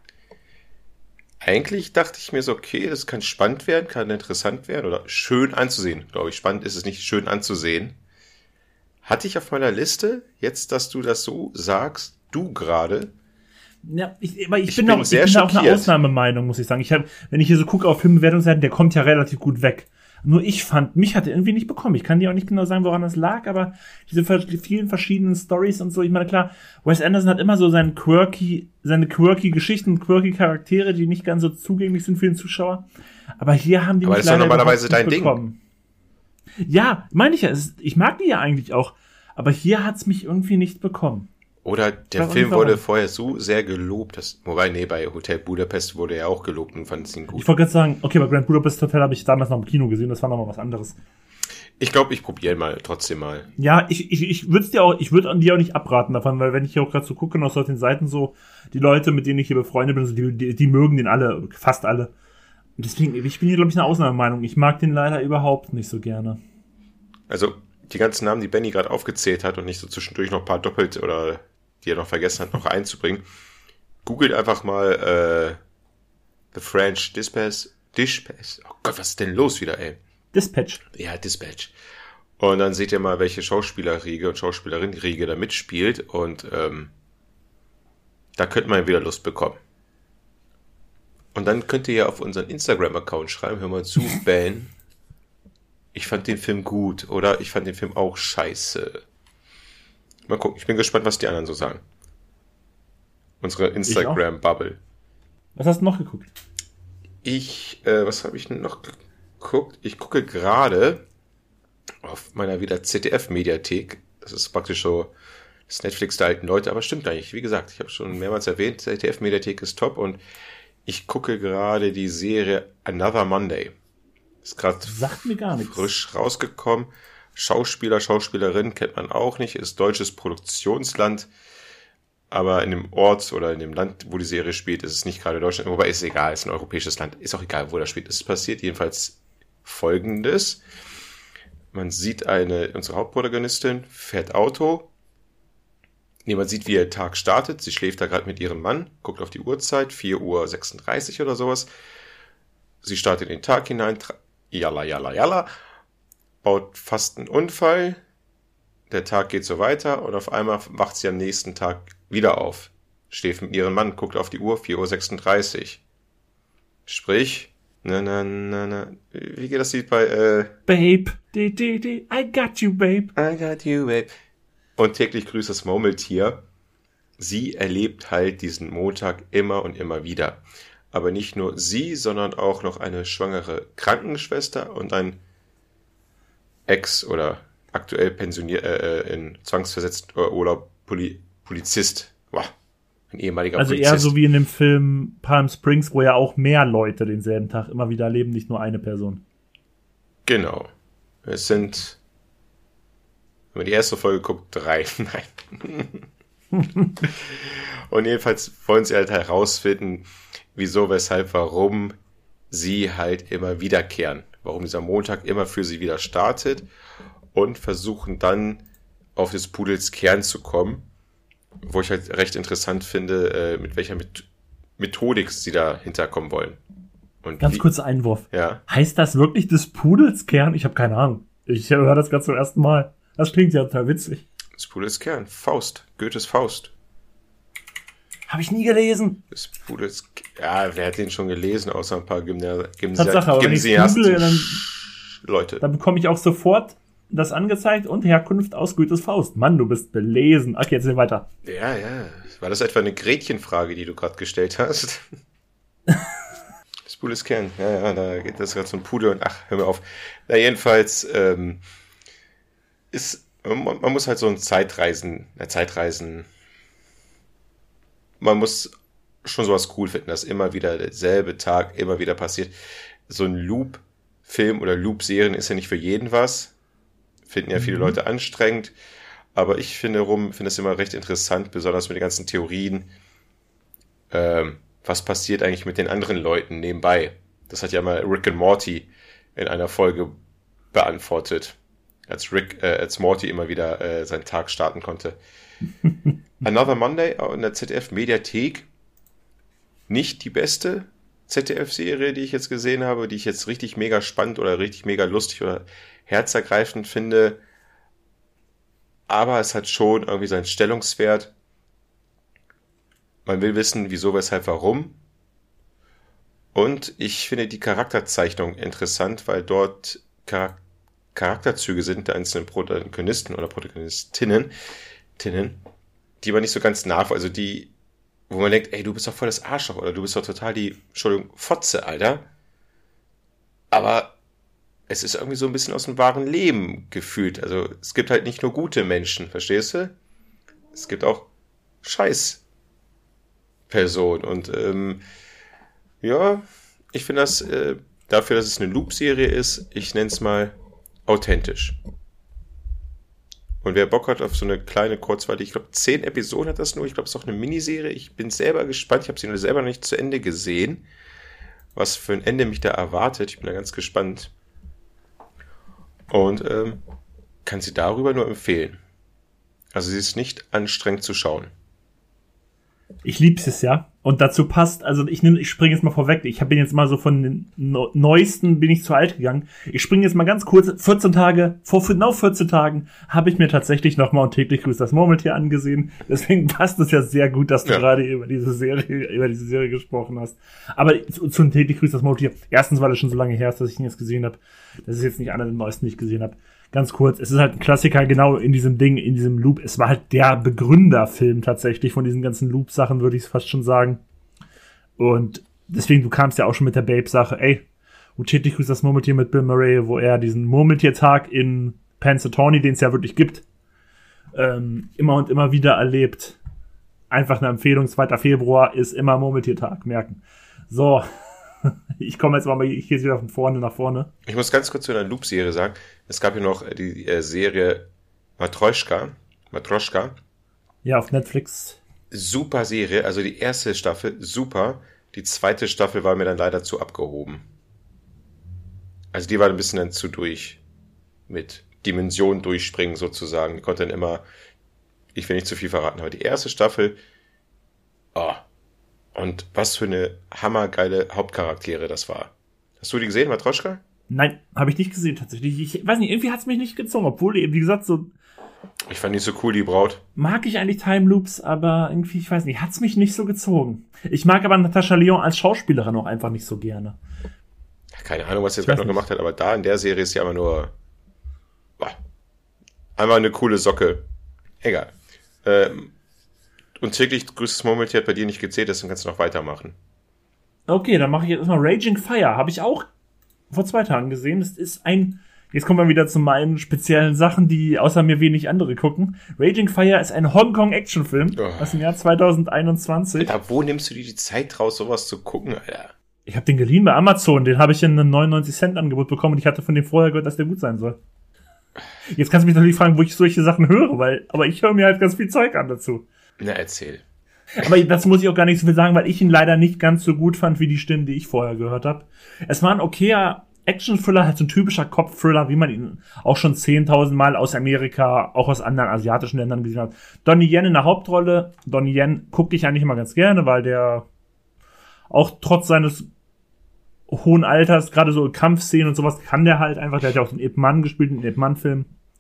Eigentlich dachte ich mir so, okay, das kann spannend werden, kann interessant werden oder schön anzusehen. Glaube ich, spannend ist es nicht, schön anzusehen. Hatte ich auf meiner Liste, jetzt, dass du das so sagst, du gerade. Ja, ich bin da auch eine Ausnahmemeinung, muss ich sagen. Wenn ich hier so gucke auf Filmbewertungsseiten, der kommt ja relativ gut weg. Nur mich hat er irgendwie nicht bekommen. Ich kann dir auch nicht genau sagen, woran das lag, aber diese vielen verschiedenen Stories und so, ich meine, klar, Wes Anderson hat immer so seine quirky Geschichten, quirky Charaktere, die nicht ganz so zugänglich sind für den Zuschauer. Aber hier haben die mich leider normalerweise dein bekommen. Ding. Ja, meine ich ja. Ich mag die ja eigentlich auch. Aber hier hat's mich irgendwie nicht bekommen. Oder der Film wurde vorher so sehr gelobt, bei Hotel Budapest wurde er auch gelobt und fand es ihn gut. Ich wollte gerade sagen, okay, bei Grand Budapest Hotel habe ich damals noch im Kino gesehen, das war nochmal was anderes. Ich glaube, ich probiere trotzdem mal. Ja, ich würde dir auch nicht abraten davon, weil wenn ich hier auch gerade so gucke auf solchen Seiten so, die Leute, mit denen ich hier befreundet bin, so, die mögen den alle, fast alle. Und deswegen, ich bin hier, glaube ich, eine Ausnahmemeinung. Ich mag den leider überhaupt nicht so gerne. Also, die ganzen Namen, die Benny gerade aufgezählt hat und nicht so zwischendurch noch ein paar doppelt oder die er noch vergessen hat, noch einzubringen. Googelt einfach mal The French Dispatch. Oh Gott, was ist denn los wieder, ey? Dispatch. Ja, Dispatch. Und dann seht ihr mal, welche Schauspielerriege und Schauspielerinnenriege da mitspielt und da könnte man wieder Lust bekommen. Und dann könnt ihr ja auf unseren Instagram-Account schreiben, hör mal zu, Ben, ich fand den Film gut oder ich fand den Film auch scheiße. Mal gucken, ich bin gespannt, was die anderen so sagen. Unsere Instagram-Bubble. Was hast du noch geguckt? Was habe ich noch geguckt? Ich gucke gerade auf meiner wieder ZDF-Mediathek. Das ist praktisch so das Netflix der alten Leute, aber stimmt eigentlich. Wie gesagt, ich habe schon mehrmals erwähnt, ZDF-Mediathek ist top und ich gucke gerade die Serie Another Monday. Ist gerade frisch rausgekommen. Schauspieler, Schauspielerin kennt man auch nicht, ist deutsches Produktionsland, aber in dem Ort oder in dem Land, wo die Serie spielt, ist es nicht gerade Deutschland, wobei ist egal, ist ein europäisches Land, ist auch egal, wo das spielt. Es passiert jedenfalls Folgendes. Man sieht unsere Hauptprotagonistin fährt Auto, man sieht, wie ihr Tag startet, sie schläft da gerade mit ihrem Mann, guckt auf die Uhrzeit, 4:36 Uhr oder sowas, sie startet in den Tag hinein, jalla, baut fast einen Unfall, der Tag geht so weiter und auf einmal wacht sie am nächsten Tag wieder auf. Schläft mit ihrem Mann, guckt auf die Uhr, 4:36 Uhr. Sprich, wie geht das Lied bei, Babe, I got you, babe. I got you, babe. Und täglich grüßt das Murmeltier. Sie erlebt halt diesen Montag immer und immer wieder. aber nicht nur sie, sondern auch noch eine schwangere Krankenschwester und ein Ex- oder aktuell in zwangsversetzt Urlaub Polizist. Wow. Ein ehemaliger also Polizist. Also eher so wie in dem Film Palm Springs, wo ja auch mehr Leute denselben Tag immer wieder leben, nicht nur eine Person. Genau. Es sind, wenn man die erste Folge guckt, 3. Nein. Und jedenfalls wollen sie halt herausfinden, wieso, weshalb, warum sie halt immer wiederkehren. Warum dieser Montag immer für sie wieder startet und versuchen dann auf des Pudels Kern zu kommen, wo ich halt recht interessant finde, mit welcher Methodik sie da hinterkommen wollen. Und ganz kurzer Einwurf. Ja. Heißt das wirklich des Pudels Kern? Ich habe keine Ahnung. Ich höre das gerade zum ersten Mal. Das klingt ja total witzig. Des Pudels Kern. Faust. Goethes Faust. Habe ich nie gelesen. Des Pudels... Ja, wer hat den schon gelesen, außer ein paar Tatsache, aber wenn ich google, Leute. Dann bekomme ich auch sofort das angezeigt und Herkunft aus Goethes Faust. Mann, du bist belesen. Okay, jetzt weiter. Ja. War das etwa eine Gretchenfrage, die du gerade gestellt hast? Das Pudels Kern. Ja, da geht das gerade so ein Pudel und ach, hör mir auf. Na, jedenfalls man muss halt so ein Zeitreisen, man muss schon sowas cool finden, dass immer wieder derselbe Tag immer wieder passiert. So ein Loop-Film oder Loop-Serien ist ja nicht für jeden was. Finden ja viele Leute anstrengend. Aber ich finde es immer recht interessant, besonders mit den ganzen Theorien, was passiert eigentlich mit den anderen Leuten nebenbei. Das hat ja mal Rick and Morty in einer Folge beantwortet, als Morty immer wieder seinen Tag starten konnte. Another Monday in der ZDF-Mediathek. Nicht die beste ZDF-Serie, die ich jetzt gesehen habe, die ich jetzt richtig mega spannend oder richtig mega lustig oder herzergreifend finde. Aber es hat schon irgendwie seinen Stellungswert. Man will wissen, wieso, weshalb, warum. Und ich finde die Charakterzeichnung interessant, weil dort Charakterzüge sind der einzelnen Protagonisten oder Protagonistinnen, die man nicht so ganz also die, wo man denkt, ey, du bist doch voll das Arschloch oder du bist doch total die, Entschuldigung, Fotze, Alter. Aber es ist irgendwie so ein bisschen aus dem wahren Leben gefühlt. Also es gibt halt nicht nur gute Menschen, verstehst du? Es gibt auch Scheiß-Personen. Und ja, ich finde das dafür, dass es eine Loop-Serie ist, ich nenne es mal authentisch. Und wer Bock hat auf so eine kleine, kurzweilige, ich glaube 10 Episoden hat das nur, ich glaube es ist auch eine Miniserie, ich bin selber gespannt, ich habe sie nur selber noch nicht zu Ende gesehen, was für ein Ende mich da erwartet, ich bin da ganz gespannt. Und kann sie darüber nur empfehlen. Also sie ist nicht anstrengend zu schauen. Ich lieb's es ja. Und dazu passt, also ich springe jetzt mal vorweg. Ich bin jetzt mal so von den neuesten bin ich zu alt gegangen. Ich springe jetzt mal ganz kurz. Vor genau 14 Tagen habe ich mir tatsächlich nochmal und täglich grüßt das Murmeltier angesehen. Deswegen passt es ja sehr gut, dass du gerade über diese Serie gesprochen hast. Aber zum täglich grüßt das Murmeltier. Erstens, weil es schon so lange her ist, dass ich ihn jetzt gesehen habe. Das ist jetzt nicht einer der neuesten, die ich gesehen habe. Ganz kurz, es ist halt ein Klassiker, genau in diesem Ding, in diesem Loop. Es war halt der Begründerfilm tatsächlich von diesen ganzen Loop-Sachen, würde ich es fast schon sagen. Und deswegen, du kamst ja auch schon mit der Babe-Sache, ey, und täglich grüßt das Murmeltier mit Bill Murray, wo er diesen Murmeltiertag in Punxsutawney, den es ja wirklich gibt, immer und immer wieder erlebt. Einfach eine Empfehlung, 2. Februar ist immer Murmeltiertag, merken. So, ich komme jetzt mal hier wieder von vorne nach vorne. Ich muss ganz kurz zu einer Loop-Serie sagen, es gab ja noch die Serie Matroschka. Ja, auf Netflix. Super Serie, also die erste Staffel, super. Die zweite Staffel war mir dann leider zu abgehoben. Also die war ein bisschen dann zu durch. Mit Dimensionen durchspringen sozusagen. Die konnte dann immer, ich will nicht zu viel verraten, aber die erste Staffel, und was für eine hammergeile Hauptcharaktere das war. Hast du die gesehen, Matroschka? Nein, habe ich nicht gesehen tatsächlich. Ich weiß nicht, irgendwie hat es mich nicht gezogen, obwohl, wie gesagt, so... Ich fand die so cool, die Braut. Mag ich eigentlich Time Loops, aber irgendwie, ich weiß nicht, hat es mich nicht so gezogen. Ich mag aber Natascha Lyonne als Schauspielerin auch einfach nicht so gerne. Keine Ahnung, was sie jetzt gerade noch gemacht hat, aber da in der Serie ist sie einfach nur... Einmal eine coole Socke. Egal. Und täglich grüßt das Murmeltier hat bei dir nicht gezählt, deswegen kannst du noch weitermachen. Okay, dann mache ich jetzt erstmal Raging Fire. Habe ich auch vor 2 Tagen gesehen. Das ist jetzt kommen wir wieder zu meinen speziellen Sachen, die außer mir wenig andere gucken. Raging Fire ist ein Hongkong-Actionfilm aus dem Jahr 2021. Alter, wo nimmst du dir die Zeit raus, sowas zu gucken, Alter? Ich habe den geliehen bei Amazon. Den habe ich in einem 99-Cent-Angebot bekommen und ich hatte von dem vorher gehört, dass der gut sein soll. Jetzt kannst du mich natürlich fragen, wo ich solche Sachen höre, aber ich höre mir halt ganz viel Zeug an dazu. Na, erzähl. Aber dazu muss ich auch gar nicht so viel sagen, weil ich ihn leider nicht ganz so gut fand wie die Stimmen, die ich vorher gehört habe. Es war ein okayer Action-Thriller, halt so ein typischer Kopf-Thriller, wie man ihn auch schon 10.000 Mal aus Amerika, auch aus anderen asiatischen Ländern gesehen hat. Donnie Yen in der Hauptrolle. Donnie Yen gucke ich eigentlich immer ganz gerne, weil der auch trotz seines hohen Alters, gerade so Kampfszenen und sowas, kann der halt einfach. Der hat ja auch den Ip Man gespielt, den Ip Man-Film.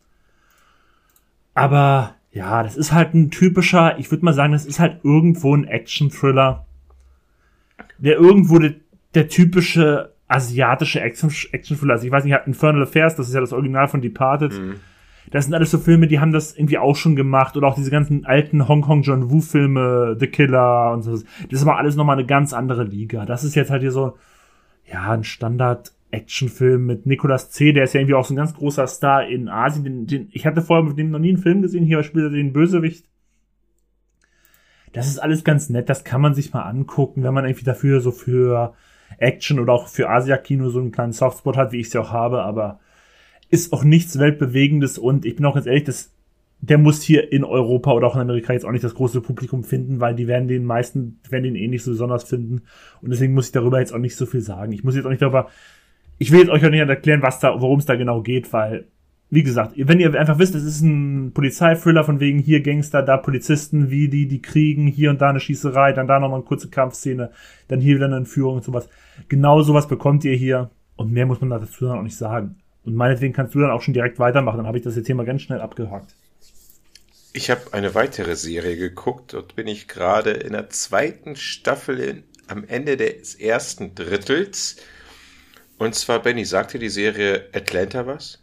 Aber ja, das ist halt ein typischer, ich würde mal sagen, das ist halt irgendwo ein Action-Thriller, der irgendwo der typische asiatische Action-Thriller, also ich weiß nicht, hat Infernal Affairs, das ist ja das Original von Departed. Das sind alles so Filme, die haben das irgendwie auch schon gemacht, oder auch diese ganzen alten Hongkong John Woo-Filme, The Killer und so. Das ist aber alles nochmal eine ganz andere Liga. Das ist jetzt halt hier so, ja, ein Standard-Action-Film mit Nicolas C., der ist ja irgendwie auch so ein ganz großer Star in Asien. Ich hatte vorher mit dem noch nie einen Film gesehen, hier spielt er den Bösewicht. Das ist alles ganz nett, das kann man sich mal angucken, wenn man irgendwie dafür so für Action oder auch für Asia-Kino so einen kleinen Softspot hat, wie ich es ja auch habe, aber ist auch nichts Weltbewegendes und ich bin auch ganz ehrlich, der muss hier in Europa oder auch in Amerika jetzt auch nicht das große Publikum finden, weil die werden den eh nicht so besonders finden und deswegen muss ich darüber jetzt auch nicht so viel sagen. Ich will jetzt euch auch nicht erklären, worum es da genau geht, weil, wie gesagt, wenn ihr einfach wisst, es ist ein Polizeithriller von wegen hier Gangster, da Polizisten, wie die kriegen, hier und da eine Schießerei, dann da nochmal eine kurze Kampfszene, dann hier wieder eine Entführung und sowas. Genau sowas bekommt ihr hier und mehr muss man dazu dann auch nicht sagen. Und meinetwegen kannst du dann auch schon direkt weitermachen, dann habe ich das jetzt hier mal ganz schnell abgehakt. Ich habe eine weitere Serie geguckt. Dort bin ich gerade in der 2. Staffel am Ende des 1. Drittels. Und zwar, Benny, sagt dir die Serie Atlanta was?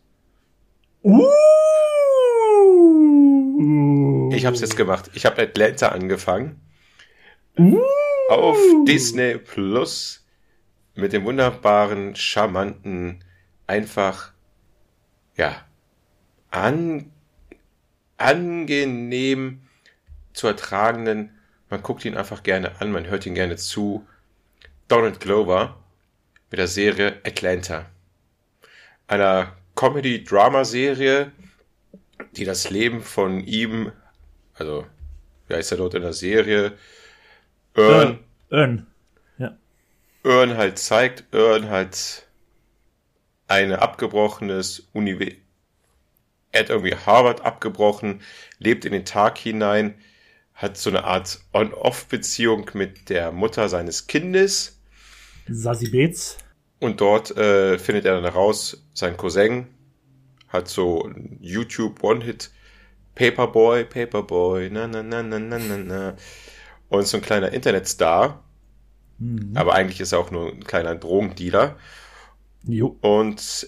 Ich habe es jetzt gemacht. Ich habe Atlanta angefangen. Auf Disney Plus mit dem wunderbaren, charmanten, einfach, ja, angenehm zu ertragenden, man guckt ihn einfach gerne an, man hört ihn gerne zu, Donald Glover mit der Serie Atlanta. Einer Comedy-Drama-Serie, die das Leben von ihm, also, wie heißt er dort in der Serie? Earn. Ja. Earn halt zeigt, Earn halt eine abgebrochenes er hat irgendwie Harvard abgebrochen, lebt in den Tag hinein, hat so eine Art On-Off-Beziehung mit der Mutter seines Kindes. Sassy Bates. Und dort findet er dann heraus, sein Cousin hat so ein YouTube One-Hit Paperboy, na na na na na na na. Und so ein kleiner Internetstar. Aber eigentlich ist er auch nur ein kleiner Drogendealer. Jo. Und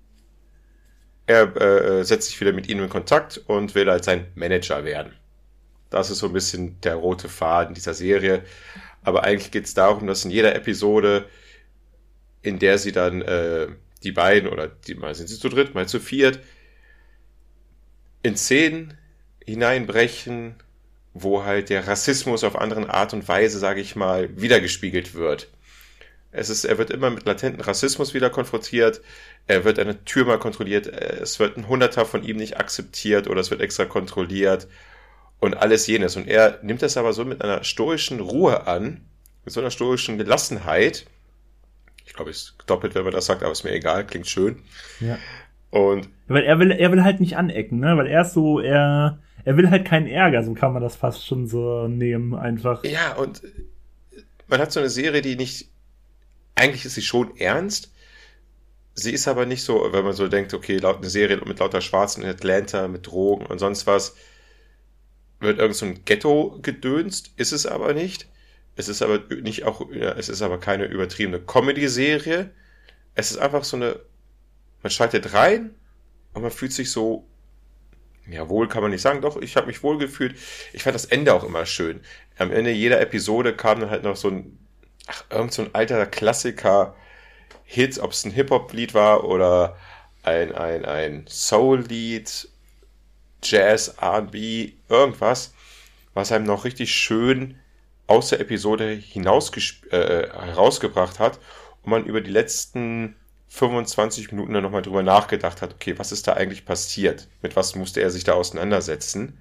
er setzt sich wieder mit ihm in Kontakt und will halt sein Manager werden. Das ist so ein bisschen der rote Faden dieser Serie. Aber eigentlich geht es darum, dass in jeder Episode, in der sie dann die beiden, oder mal sind sie zu dritt, mal zu viert, in Szenen hineinbrechen, wo halt der Rassismus auf andere Art und Weise, sage ich mal, wiedergespiegelt wird. Er wird immer mit latenten Rassismus wieder konfrontiert, er wird eine Tür mal kontrolliert, es wird ein Hunderter von ihm nicht akzeptiert oder es wird extra kontrolliert und alles jenes. Und er nimmt das aber so mit einer stoischen Ruhe an, mit so einer stoischen Gelassenheit. Ich glaube, es ist doppelt, wenn man das sagt, aber ist mir egal, klingt schön. Ja. Und weil er will halt nicht anecken, ne? Weil er ist so, er will halt keinen Ärger, so kann man das fast schon so nehmen, einfach. Ja, und man hat so eine Serie, die nicht, eigentlich ist sie schon ernst, sie ist aber nicht so, wenn man so denkt, okay, eine Serie mit lauter Schwarzen in Atlanta, mit Drogen und sonst was, wird irgend so ein Ghetto gedönst, ist es aber nicht. Es ist aber keine übertriebene Comedy-Serie. Es ist einfach so eine, man schaltet rein und man fühlt sich so, ja, wohl kann man nicht sagen, doch, ich habe mich wohl gefühlt. Ich fand das Ende auch immer schön. Am Ende jeder Episode kam dann halt noch so ein irgend so ein alter Klassiker-Hit, ob es ein Hip-Hop-Lied war oder ein Soul-Lied, Jazz, R&B, irgendwas, was einem noch richtig schön aus der Episode herausgebracht hat und man über die letzten 25 Minuten dann nochmal drüber nachgedacht hat, okay, was ist da eigentlich passiert? Mit was musste er sich da auseinandersetzen?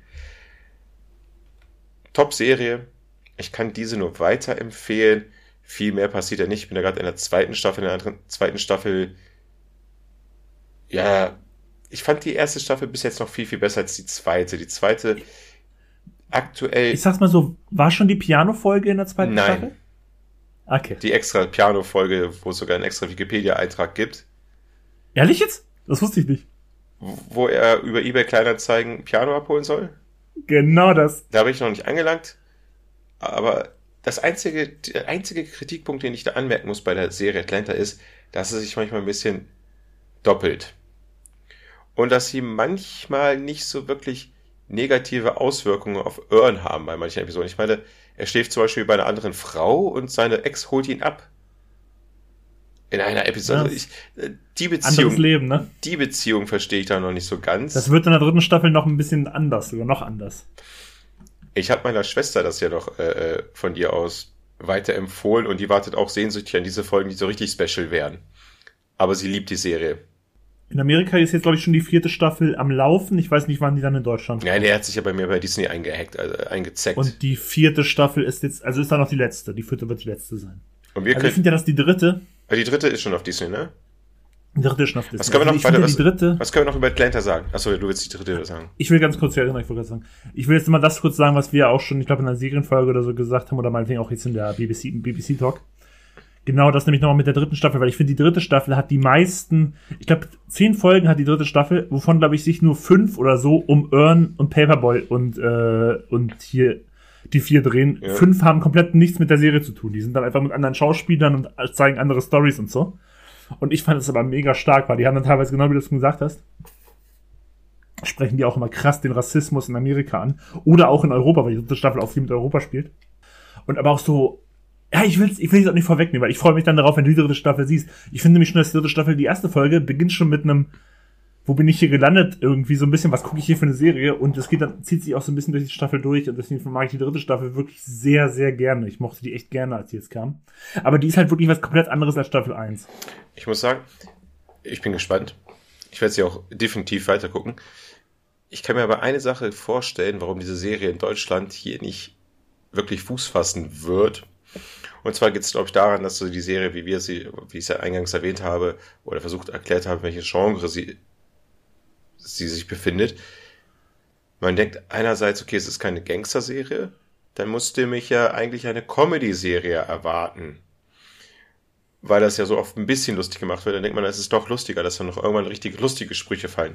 Top-Serie. Ich kann diese nur weiterempfehlen. Viel mehr passiert ja nicht. Ich bin ja gerade in der zweiten Staffel. Ja, ich fand die erste Staffel bis jetzt noch viel, viel besser als die zweite. Die zweite aktuell... Ich sag's mal so, war schon die Piano-Folge in der zweiten Staffel? Nein. Okay. Die extra Piano-Folge, wo es sogar einen extra Wikipedia-Eintrag gibt. Ehrlich jetzt? Das wusste ich nicht. Wo er über eBay Kleinanzeigen Piano abholen soll? Genau das. Da habe ich noch nicht angelangt. Aber der einzige Kritikpunkt, den ich da anmerken muss bei der Serie Atlanta ist, dass es sich manchmal ein bisschen doppelt. Und dass sie manchmal nicht so wirklich negative Auswirkungen auf Earn haben bei manchen Episoden. Ich meine, er schläft zum Beispiel bei einer anderen Frau und seine Ex holt ihn ab. In einer Episode. Ja. Die Beziehung. Anderes Leben, ne? Die Beziehung verstehe ich da noch nicht so ganz. Das wird in der dritten Staffel noch ein bisschen anders, sogar noch anders. Ich habe meiner Schwester das ja noch von dir aus weiterempfohlen und die wartet auch sehnsüchtig an diese Folgen, die so richtig special werden. Aber sie liebt die Serie. In Amerika ist jetzt, glaube ich, schon die 4. Staffel am Laufen. Ich weiß nicht, wann die dann in Deutschland kommt. Ja, der hat sich ja bei mir bei Disney eingezeckt. Und die 4. Staffel ist jetzt, also ist dann noch die letzte. Die 4. wird die letzte sein. Und wir also ich finde ja, dass die dritte... Die dritte ist schon auf Disney, ne? Die dritte ist schon auf Disney. Was können wir noch über Atlanta sagen? Achso, du willst die dritte sagen. Ich will ganz kurz erinnern, ich will jetzt mal das kurz sagen, was wir auch schon, ich glaube, in einer Serienfolge oder so gesagt haben, oder meinetwegen auch jetzt in der BBC Talk. Genau das nämlich nochmal mit der dritten Staffel, weil ich finde, die dritte Staffel hat die meisten, ich glaube, 10 Folgen hat die dritte Staffel, wovon, glaube ich, sich nur 5 oder so um Earn und Paperboy und hier die 4 drehen. Ja. 5 haben komplett nichts mit der Serie zu tun. Die sind dann einfach mit anderen Schauspielern und zeigen andere Storys und so. Und ich fand es aber mega stark, weil die haben dann teilweise, genau wie du es gesagt hast, sprechen die auch immer krass den Rassismus in Amerika an. Oder auch in Europa, weil die dritte Staffel auch viel mit Europa spielt. Und aber auch so, ja, ich will es auch nicht vorwegnehmen, weil ich freue mich dann darauf, wenn du die dritte Staffel siehst. Ich finde nämlich schon, dass die dritte Staffel, die erste Folge, beginnt schon mit einem, wo bin ich hier gelandet, irgendwie so ein bisschen, was gucke ich hier für eine Serie? Und es zieht sich auch so ein bisschen durch die Staffel durch und deswegen mag ich die dritte Staffel wirklich sehr, sehr gerne. Ich mochte die echt gerne, als die jetzt kam. Aber die ist halt wirklich was komplett anderes als Staffel 1. Ich muss sagen, ich bin gespannt. Ich werde sie auch definitiv weitergucken. Ich kann mir aber eine Sache vorstellen, warum diese Serie in Deutschland hier nicht wirklich Fuß fassen wird. Und zwar geht es, glaube ich, daran, dass so die Serie, wie ich es ja eingangs erwähnt habe, oder erklärt habe, welche Genre sie sich befindet. Man denkt einerseits, okay, es ist keine Gangster-Serie, dann musste mich ja eigentlich eine Comedy-Serie erwarten. Weil das ja so oft ein bisschen lustig gemacht wird, dann denkt man, es ist doch lustiger, dass dann noch irgendwann richtig lustige Sprüche fallen.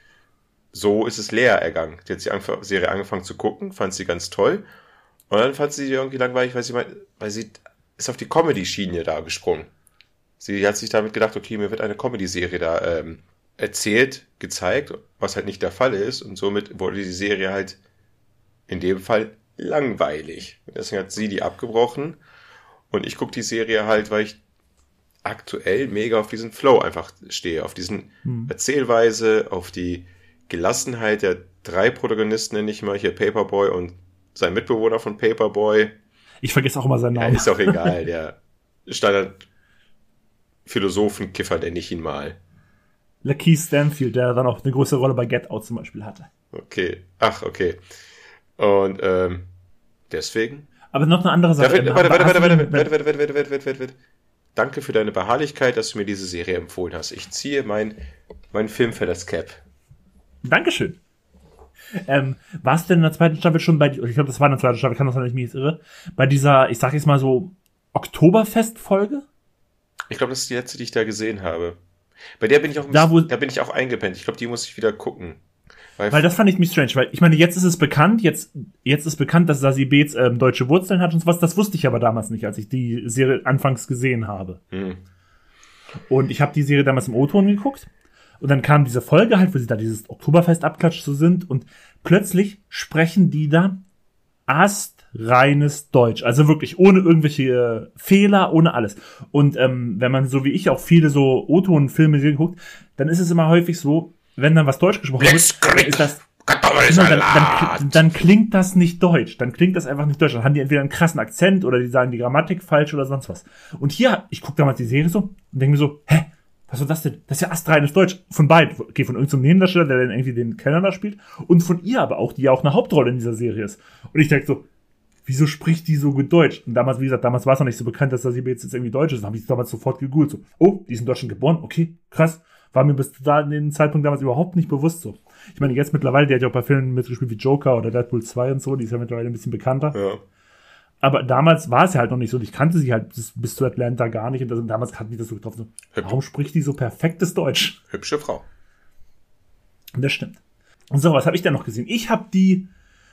So ist es Lea ergangen. Die hat die Serie angefangen zu gucken, fand sie ganz toll. Und dann fand sie irgendwie langweilig, weil sie ist auf die Comedy-Schiene da gesprungen. Sie hat sich damit gedacht, okay, mir wird eine Comedy-Serie da erzählt, gezeigt, was halt nicht der Fall ist. Und somit wurde die Serie halt in dem Fall langweilig. Deswegen hat sie die abgebrochen. Und ich gucke die Serie halt, weil ich aktuell mega auf diesen Flow einfach stehe. Auf diesen Erzählweise, auf die Gelassenheit der 3 Protagonisten, nenne ich mal hier Paperboy und sein Mitbewohner von Paperboy. Ich vergesse auch immer seinen Namen. Ja, ist auch egal, der Standard-Philosophen-Kiffer nenne ich ihn mal. Lakeith Stanfield, der dann auch eine große Rolle bei Get Out zum Beispiel hatte. Okay, okay. Und deswegen? Aber noch eine andere Sache. Warte. Danke für deine Beharrlichkeit, dass du mir diese Serie empfohlen hast. Ich ziehe mein Filmfellers-Cap. Dankeschön. Warst du denn in der zweiten Staffel schon ich glaube, das war in der zweiten Staffel, kann das sein, dass ich mich jetzt irre, bei dieser, ich sag jetzt mal so, Oktoberfest-Folge? Ich glaube, das ist die letzte, die ich da gesehen habe. Bei der bin ich auch da bin ich auch eingepennt. Ich glaube, die muss ich wieder gucken. Weil das fand ich mich strange, weil ich meine, jetzt ist es bekannt, jetzt ist bekannt, dass Sassy Beetz deutsche Wurzeln hat und sowas. Das wusste ich aber damals nicht, als ich die Serie anfangs gesehen habe. Und ich habe die Serie damals im O-Ton geguckt. Und dann kam diese Folge halt, wo sie da dieses Oktoberfest abklatscht so sind und plötzlich sprechen die da astreines Deutsch. Also wirklich ohne irgendwelche Fehler, ohne alles. Und wenn man so wie ich auch viele so O-Ton-Filme guckt, dann ist es immer häufig so, wenn dann was Deutsch gesprochen wird, ist das dann klingt das nicht deutsch. Dann klingt das einfach nicht deutsch. Dann haben die entweder einen krassen Akzent oder die sagen die Grammatik falsch oder sonst was. Und hier, ich gucke damals die Serie so und denke mir so, hä? Was war das denn? Das ist ja astreines Deutsch. Von beiden. Okay, von irgendeinem Nebendarsteller, der dann irgendwie den Kellner da spielt. Und von ihr aber auch, die ja auch eine Hauptrolle in dieser Serie ist. Und ich denke so, wieso spricht die so gut Deutsch? Und damals, wie gesagt, war es noch nicht so bekannt, dass das jetzt irgendwie Deutsch ist. Dann habe ich damals sofort gegoogelt. So, oh, die ist in Deutschland geboren. Okay, krass. War mir bis da in dem Zeitpunkt damals überhaupt nicht bewusst so. Ich meine, jetzt mittlerweile, die hat ja auch bei Filmen mitgespielt wie Joker oder Deadpool 2 und so. Die ist ja mittlerweile ein bisschen bekannter. Ja. Aber damals war es ja halt noch nicht so. Ich kannte sie halt bis zu Atlanta gar nicht. Und damals hatten die das so getroffen. So, warum spricht die so perfektes Deutsch? Hübsche Frau. Und das stimmt. Und so, was habe ich denn noch gesehen? Ich habe die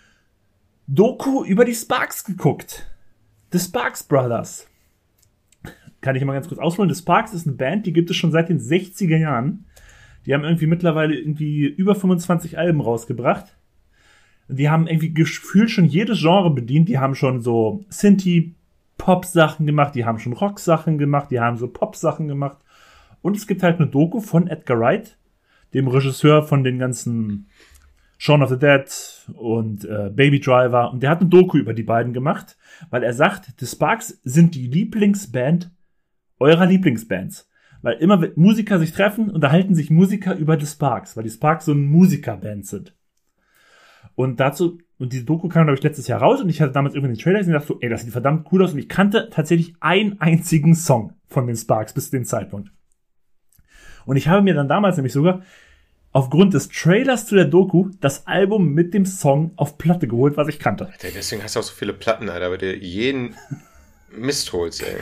Doku über die Sparks geguckt. The Sparks Brothers. Kann ich mal ganz kurz ausholen. The Sparks ist eine Band, die gibt es schon seit den 60er Jahren. Die haben irgendwie mittlerweile über 25 Alben rausgebracht. Die haben irgendwie gefühlt schon jedes Genre bedient. Die haben schon so Synthie-Pop-Sachen gemacht, die haben schon Rock-Sachen gemacht, die haben so Pop-Sachen gemacht. Und es gibt halt eine Doku von Edgar Wright, dem Regisseur von den ganzen Shaun of the Dead und Baby Driver. Und der hat eine Doku über die beiden gemacht, weil er sagt, The Sparks sind die Lieblingsband eurer Lieblingsbands. Weil immer wenn Musiker sich treffen, unterhalten sich Musiker über The Sparks, weil die Sparks so eine Musikerband sind. Und die Doku kam, glaube ich, letztes Jahr raus und ich hatte damals irgendwie den Trailer gesehen und dachte so, ey, das sieht verdammt cool aus und ich kannte tatsächlich einen einzigen Song von den Sparks bis zu dem Zeitpunkt. Und ich habe mir dann damals nämlich sogar aufgrund des Trailers zu der Doku das Album mit dem Song auf Platte geholt, was ich kannte. Alter, deswegen hast du auch so viele Platten, Alter, weil du jeden Mist holst, ey.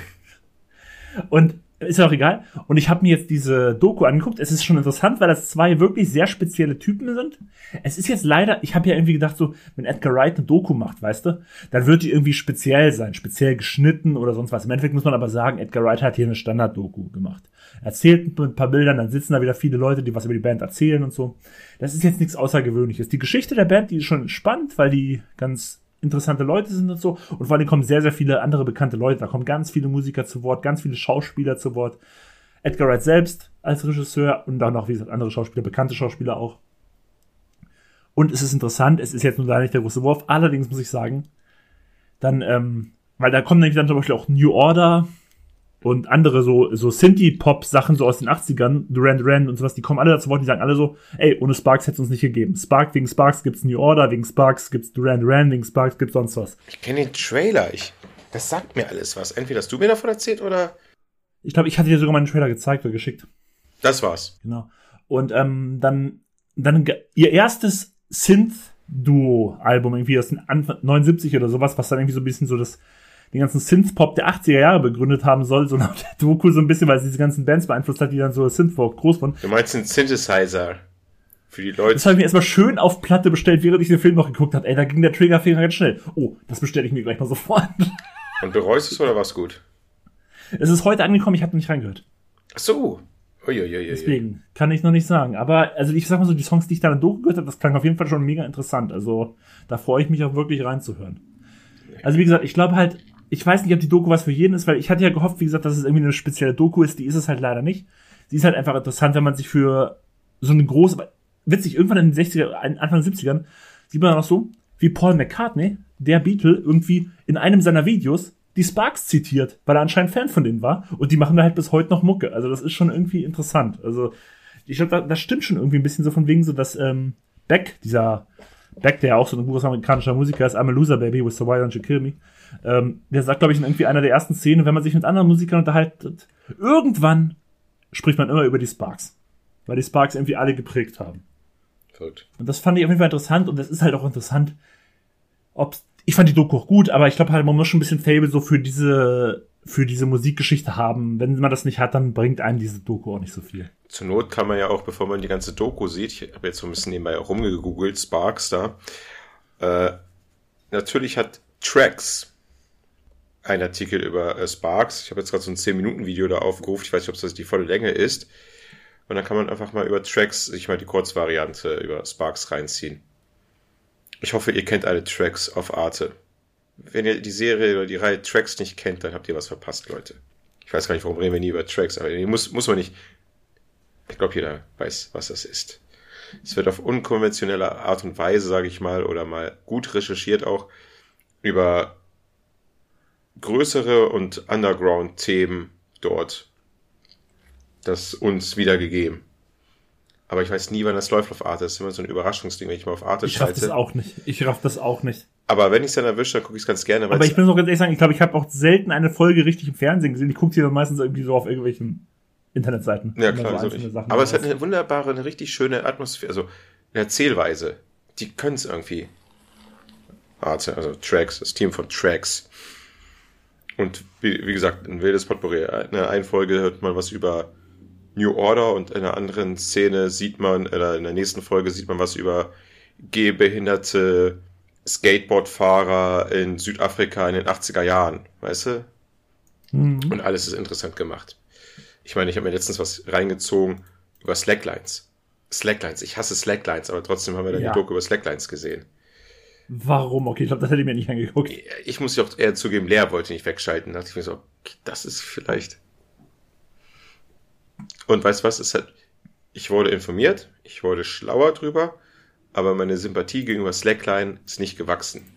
Und ist ja auch egal. Und ich habe mir jetzt diese Doku angeguckt. Es ist schon interessant, weil das zwei wirklich sehr spezielle Typen sind. Es ist jetzt leider, ich habe ja irgendwie gedacht, so, wenn Edgar Wright eine Doku macht, weißt du, dann wird die irgendwie speziell sein, speziell geschnitten oder sonst was. Im Endeffekt muss man aber sagen, Edgar Wright hat hier eine Standard-Doku gemacht. Er erzählt mit ein paar Bildern, dann sitzen da wieder viele Leute, die was über die Band erzählen und so. Das ist jetzt nichts Außergewöhnliches. Die Geschichte der Band, die ist schon spannend, weil die ganz interessante Leute sind und so. Und vor allem kommen sehr, sehr viele andere bekannte Leute. Da kommen ganz viele Musiker zu Wort, ganz viele Schauspieler zu Wort. Edgar Wright selbst als Regisseur und auch noch, wie gesagt, andere Schauspieler, bekannte Schauspieler auch. Und es ist interessant, es ist jetzt nur da nicht der große Wurf. Allerdings muss ich sagen, dann, weil da kommen nämlich dann zum Beispiel auch New Order und andere so Synthie-Pop-Sachen so aus den 80ern, Duran Duran und sowas, die kommen alle dazu Wort, die sagen alle so, ey, ohne Sparks hätte es uns nicht gegeben. Wegen Sparks gibt's New Order, wegen Sparks gibt's Duran Duran, wegen Sparks gibt's sonst was. Ich kenne den Trailer, das sagt mir alles was. Entweder hast du mir davon erzählt oder... Ich glaube, ich hatte dir sogar mal einen Trailer gezeigt oder geschickt. Das war's. Genau. Und dann ihr erstes Synth-Duo-Album irgendwie aus den Anfang 79 oder sowas, was dann irgendwie so ein bisschen so den ganzen Synth-Pop der 80er Jahre begründet haben soll, so nach der Doku so ein bisschen, weil es diese ganzen Bands beeinflusst hat, die dann so Synth-Pop groß wurden. Du meinst einen Synthesizer für die Leute? Das habe ich mir erstmal schön auf Platte bestellt, während ich den Film noch geguckt habe. Ey, da ging der Triggerfinger ganz schnell. Oh, das bestelle ich mir gleich mal sofort. Und bereust es oder war's gut? Es ist heute angekommen, ich habe noch nicht reingehört. Ach so. Deswegen kann ich noch nicht sagen. Aber also ich sag mal so, die Songs, die ich da in Doku gehört habe, das klang auf jeden Fall schon mega interessant. Also da freue ich mich auch wirklich reinzuhören. Also wie gesagt, ich glaube halt, ich weiß nicht, ob die Doku was für jeden ist, weil ich hatte ja gehofft, wie gesagt, dass es irgendwie eine spezielle Doku ist. Die ist es halt leider nicht. Sie ist halt einfach interessant, wenn man sich für so eine große, witzig, irgendwann in den 60er, Anfang 70ern, sieht man auch so, wie Paul McCartney, der Beatle, irgendwie in einem seiner Videos die Sparks zitiert, weil er anscheinend Fan von denen war. Und die machen da halt bis heute noch Mucke. Also das ist schon irgendwie interessant. Also ich glaube, das stimmt schon irgendwie ein bisschen so von wegen so, dass Beck, der ja auch so ein US-amerikanischer Musiker ist, I'm a Loser Baby with the Why Don't You Kill Me, der sagt, glaube ich, in irgendwie einer der ersten Szenen, wenn man sich mit anderen Musikern unterhaltet, irgendwann spricht man immer über die Sparks. Weil die Sparks irgendwie alle geprägt haben. Verrückt. Und das fand ich auf jeden Fall interessant und das ist halt auch interessant, ich fand die Doku auch gut, aber ich glaube halt, man muss schon ein bisschen Fable so für diese Musikgeschichte haben. Wenn man das nicht hat, dann bringt einem diese Doku auch nicht so viel. Zur Not kann man ja auch, bevor man die ganze Doku sieht, ich habe jetzt so ein bisschen nebenbei auch rumgegoogelt, Sparks da, natürlich hat Tracks einen Artikel über Sparks. Ich habe jetzt gerade so ein 10-Minuten-Video da aufgerufen, ich weiß nicht, ob das die volle Länge ist. Und dann kann man einfach mal über Tracks sich mal die Kurzvariante über Sparks reinziehen. Ich hoffe, ihr kennt alle Tracks auf Arte. wenn ihr die Serie oder die Reihe Tracks nicht kennt, dann habt ihr was verpasst, Leute. Ich weiß gar nicht, warum reden wir nie über Tracks, aber muss man nicht. Ich glaube, jeder weiß, was das ist. Es wird auf unkonventionelle Art und Weise, sage ich mal, oder mal gut recherchiert auch, über größere und Underground-Themen dort das uns wiedergegeben. Aber ich weiß nie, wann das läuft auf Arte. Das ist immer so ein Überraschungsding, wenn ich mal auf Arte schalte. Ich raff das auch nicht. Aber wenn ich es dann erwische, dann gucke ich es ganz gerne. Aber ich muss auch ganz ehrlich sagen, ich glaube, ich habe auch selten eine Folge richtig im Fernsehen gesehen. Ich gucke sie dann meistens irgendwie so auf irgendwelchen Internetseiten. Ja, klar. So nicht. Aber es hat eine wunderbare, eine richtig schöne Atmosphäre, also eine Erzählweise. Die können es irgendwie. Arte, also Tracks, das Team von Tracks. Und wie gesagt, ein wildes Potpourri. In der einen Folge hört man was über New Order und in einer anderen Szene sieht man, oder in der nächsten Folge sieht man was über gehbehinderte Skateboardfahrer in Südafrika in den 80er Jahren, weißt du? Mhm. Und alles ist interessant gemacht. Ich meine, ich habe mir letztens was reingezogen über Slacklines. Ich hasse Slacklines, aber trotzdem haben wir dann die Doku über Slacklines gesehen. Warum? Okay, ich glaube, das hätte ich mir nicht angeguckt. Ich muss ja auch eher zugeben, Lea wollte nicht wegschalten. Da dachte ich mir so, okay, das ist vielleicht... Und weißt du was? Ich wurde informiert, ich wurde schlauer drüber, aber meine Sympathie gegenüber Slackline ist nicht gewachsen.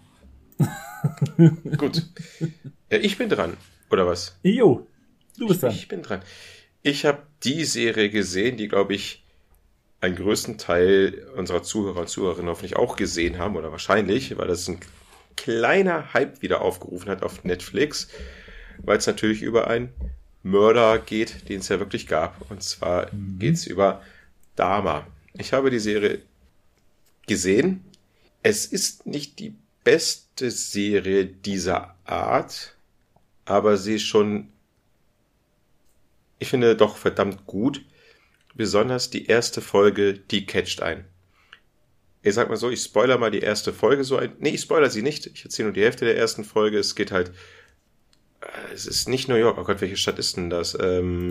Gut. Ja, ich bin dran. Oder was? Jo, du bist dran. Ich bin dran. Ich habe die Serie gesehen, die, glaube ich, einen größten Teil unserer Zuhörer und Zuhörerinnen hoffentlich auch gesehen haben, oder wahrscheinlich, weil das ein kleiner Hype wieder aufgerufen hat auf Netflix, weil es natürlich über einen Mörder geht, den es ja wirklich gab. Und zwar geht's über Dahmer. Ich habe die Serie gesehen. Es ist nicht die beste Serie dieser Art, aber sie ist schon, ich finde, doch verdammt gut. Besonders die erste Folge, die catcht ein. Ich sag mal so, ich spoiler mal die erste Folge so ein. Nee, ich spoiler sie nicht. Ich erzähle nur die Hälfte der ersten Folge. Es geht halt, es ist nicht New York. Oh Gott, welche Stadt ist denn das?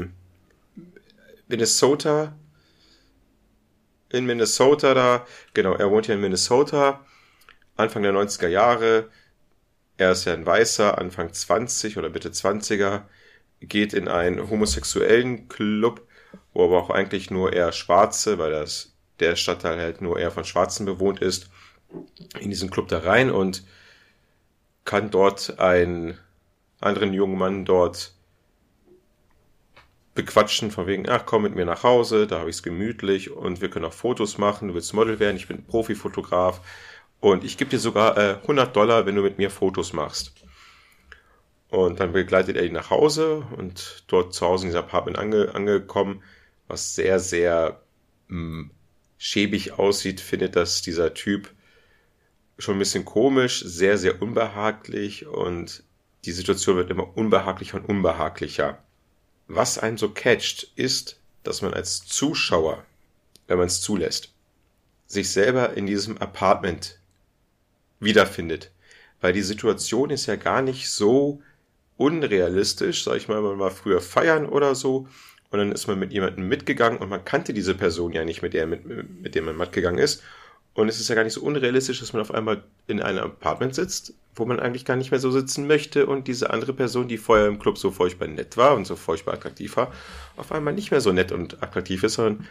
Minnesota. In Minnesota da. Genau, er wohnt hier in Minnesota. Anfang der 90er Jahre. Er ist ja ein Weißer, Anfang 20 oder Mitte 20er. Geht in einen homosexuellen Club, wo aber auch eigentlich nur eher Schwarze, weil der Stadtteil halt nur eher von Schwarzen bewohnt ist, in diesen Club da rein und kann dort einen anderen jungen Mann dort bequatschen, von wegen, ach, komm mit mir nach Hause, da habe ich es gemütlich und wir können auch Fotos machen, du willst Model werden, ich bin Profifotograf und ich gebe dir sogar $100, wenn du mit mir Fotos machst. Und dann begleitet er ihn nach Hause und dort zu Hause in diesem Apartment angekommen, was sehr, sehr schäbig aussieht, findet das dieser Typ schon ein bisschen komisch, sehr, sehr unbehaglich und die Situation wird immer unbehaglicher und unbehaglicher. Was einen so catcht, ist, dass man als Zuschauer, wenn man es zulässt, sich selber in diesem Apartment wiederfindet. Weil die Situation ist ja gar nicht so unrealistisch, sag ich mal, man war früher feiern oder so und dann ist man mit jemandem mitgegangen und man kannte diese Person ja nicht, mit dem man mitgegangen ist. Und es ist ja gar nicht so unrealistisch, dass man auf einmal in einem Apartment sitzt, wo man eigentlich gar nicht mehr so sitzen möchte und diese andere Person, die vorher im Club so furchtbar nett war und so furchtbar attraktiv war, auf einmal nicht mehr so nett und attraktiv ist, sondern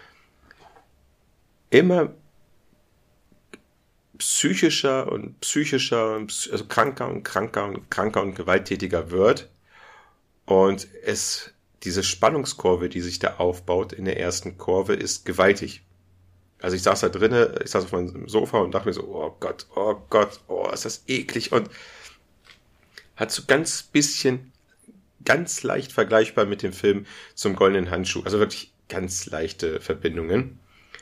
immer psychischer, also kranker und gewalttätiger wird. Und diese Spannungskurve, die sich da aufbaut in der ersten Kurve, ist gewaltig. Also ich saß auf meinem Sofa und dachte mir so, oh Gott, oh, ist das eklig und hat so ganz leicht vergleichbar mit dem Film zum Goldenen Handschuh. Also wirklich ganz leichte Verbindungen.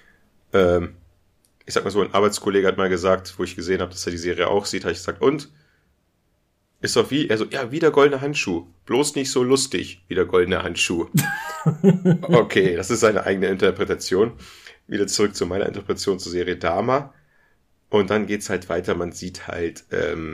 Ich sag mal so, ein Arbeitskollege hat mal gesagt, wo ich gesehen habe, dass er die Serie auch sieht, habe ich gesagt, und? Ist doch wie der Goldene Handschuh. Bloß nicht so lustig wie der Goldene Handschuh. Okay, das ist seine eigene Interpretation. Wieder zurück zu meiner Interpretation zur Serie Dahmer. Und dann geht's halt weiter. Man sieht halt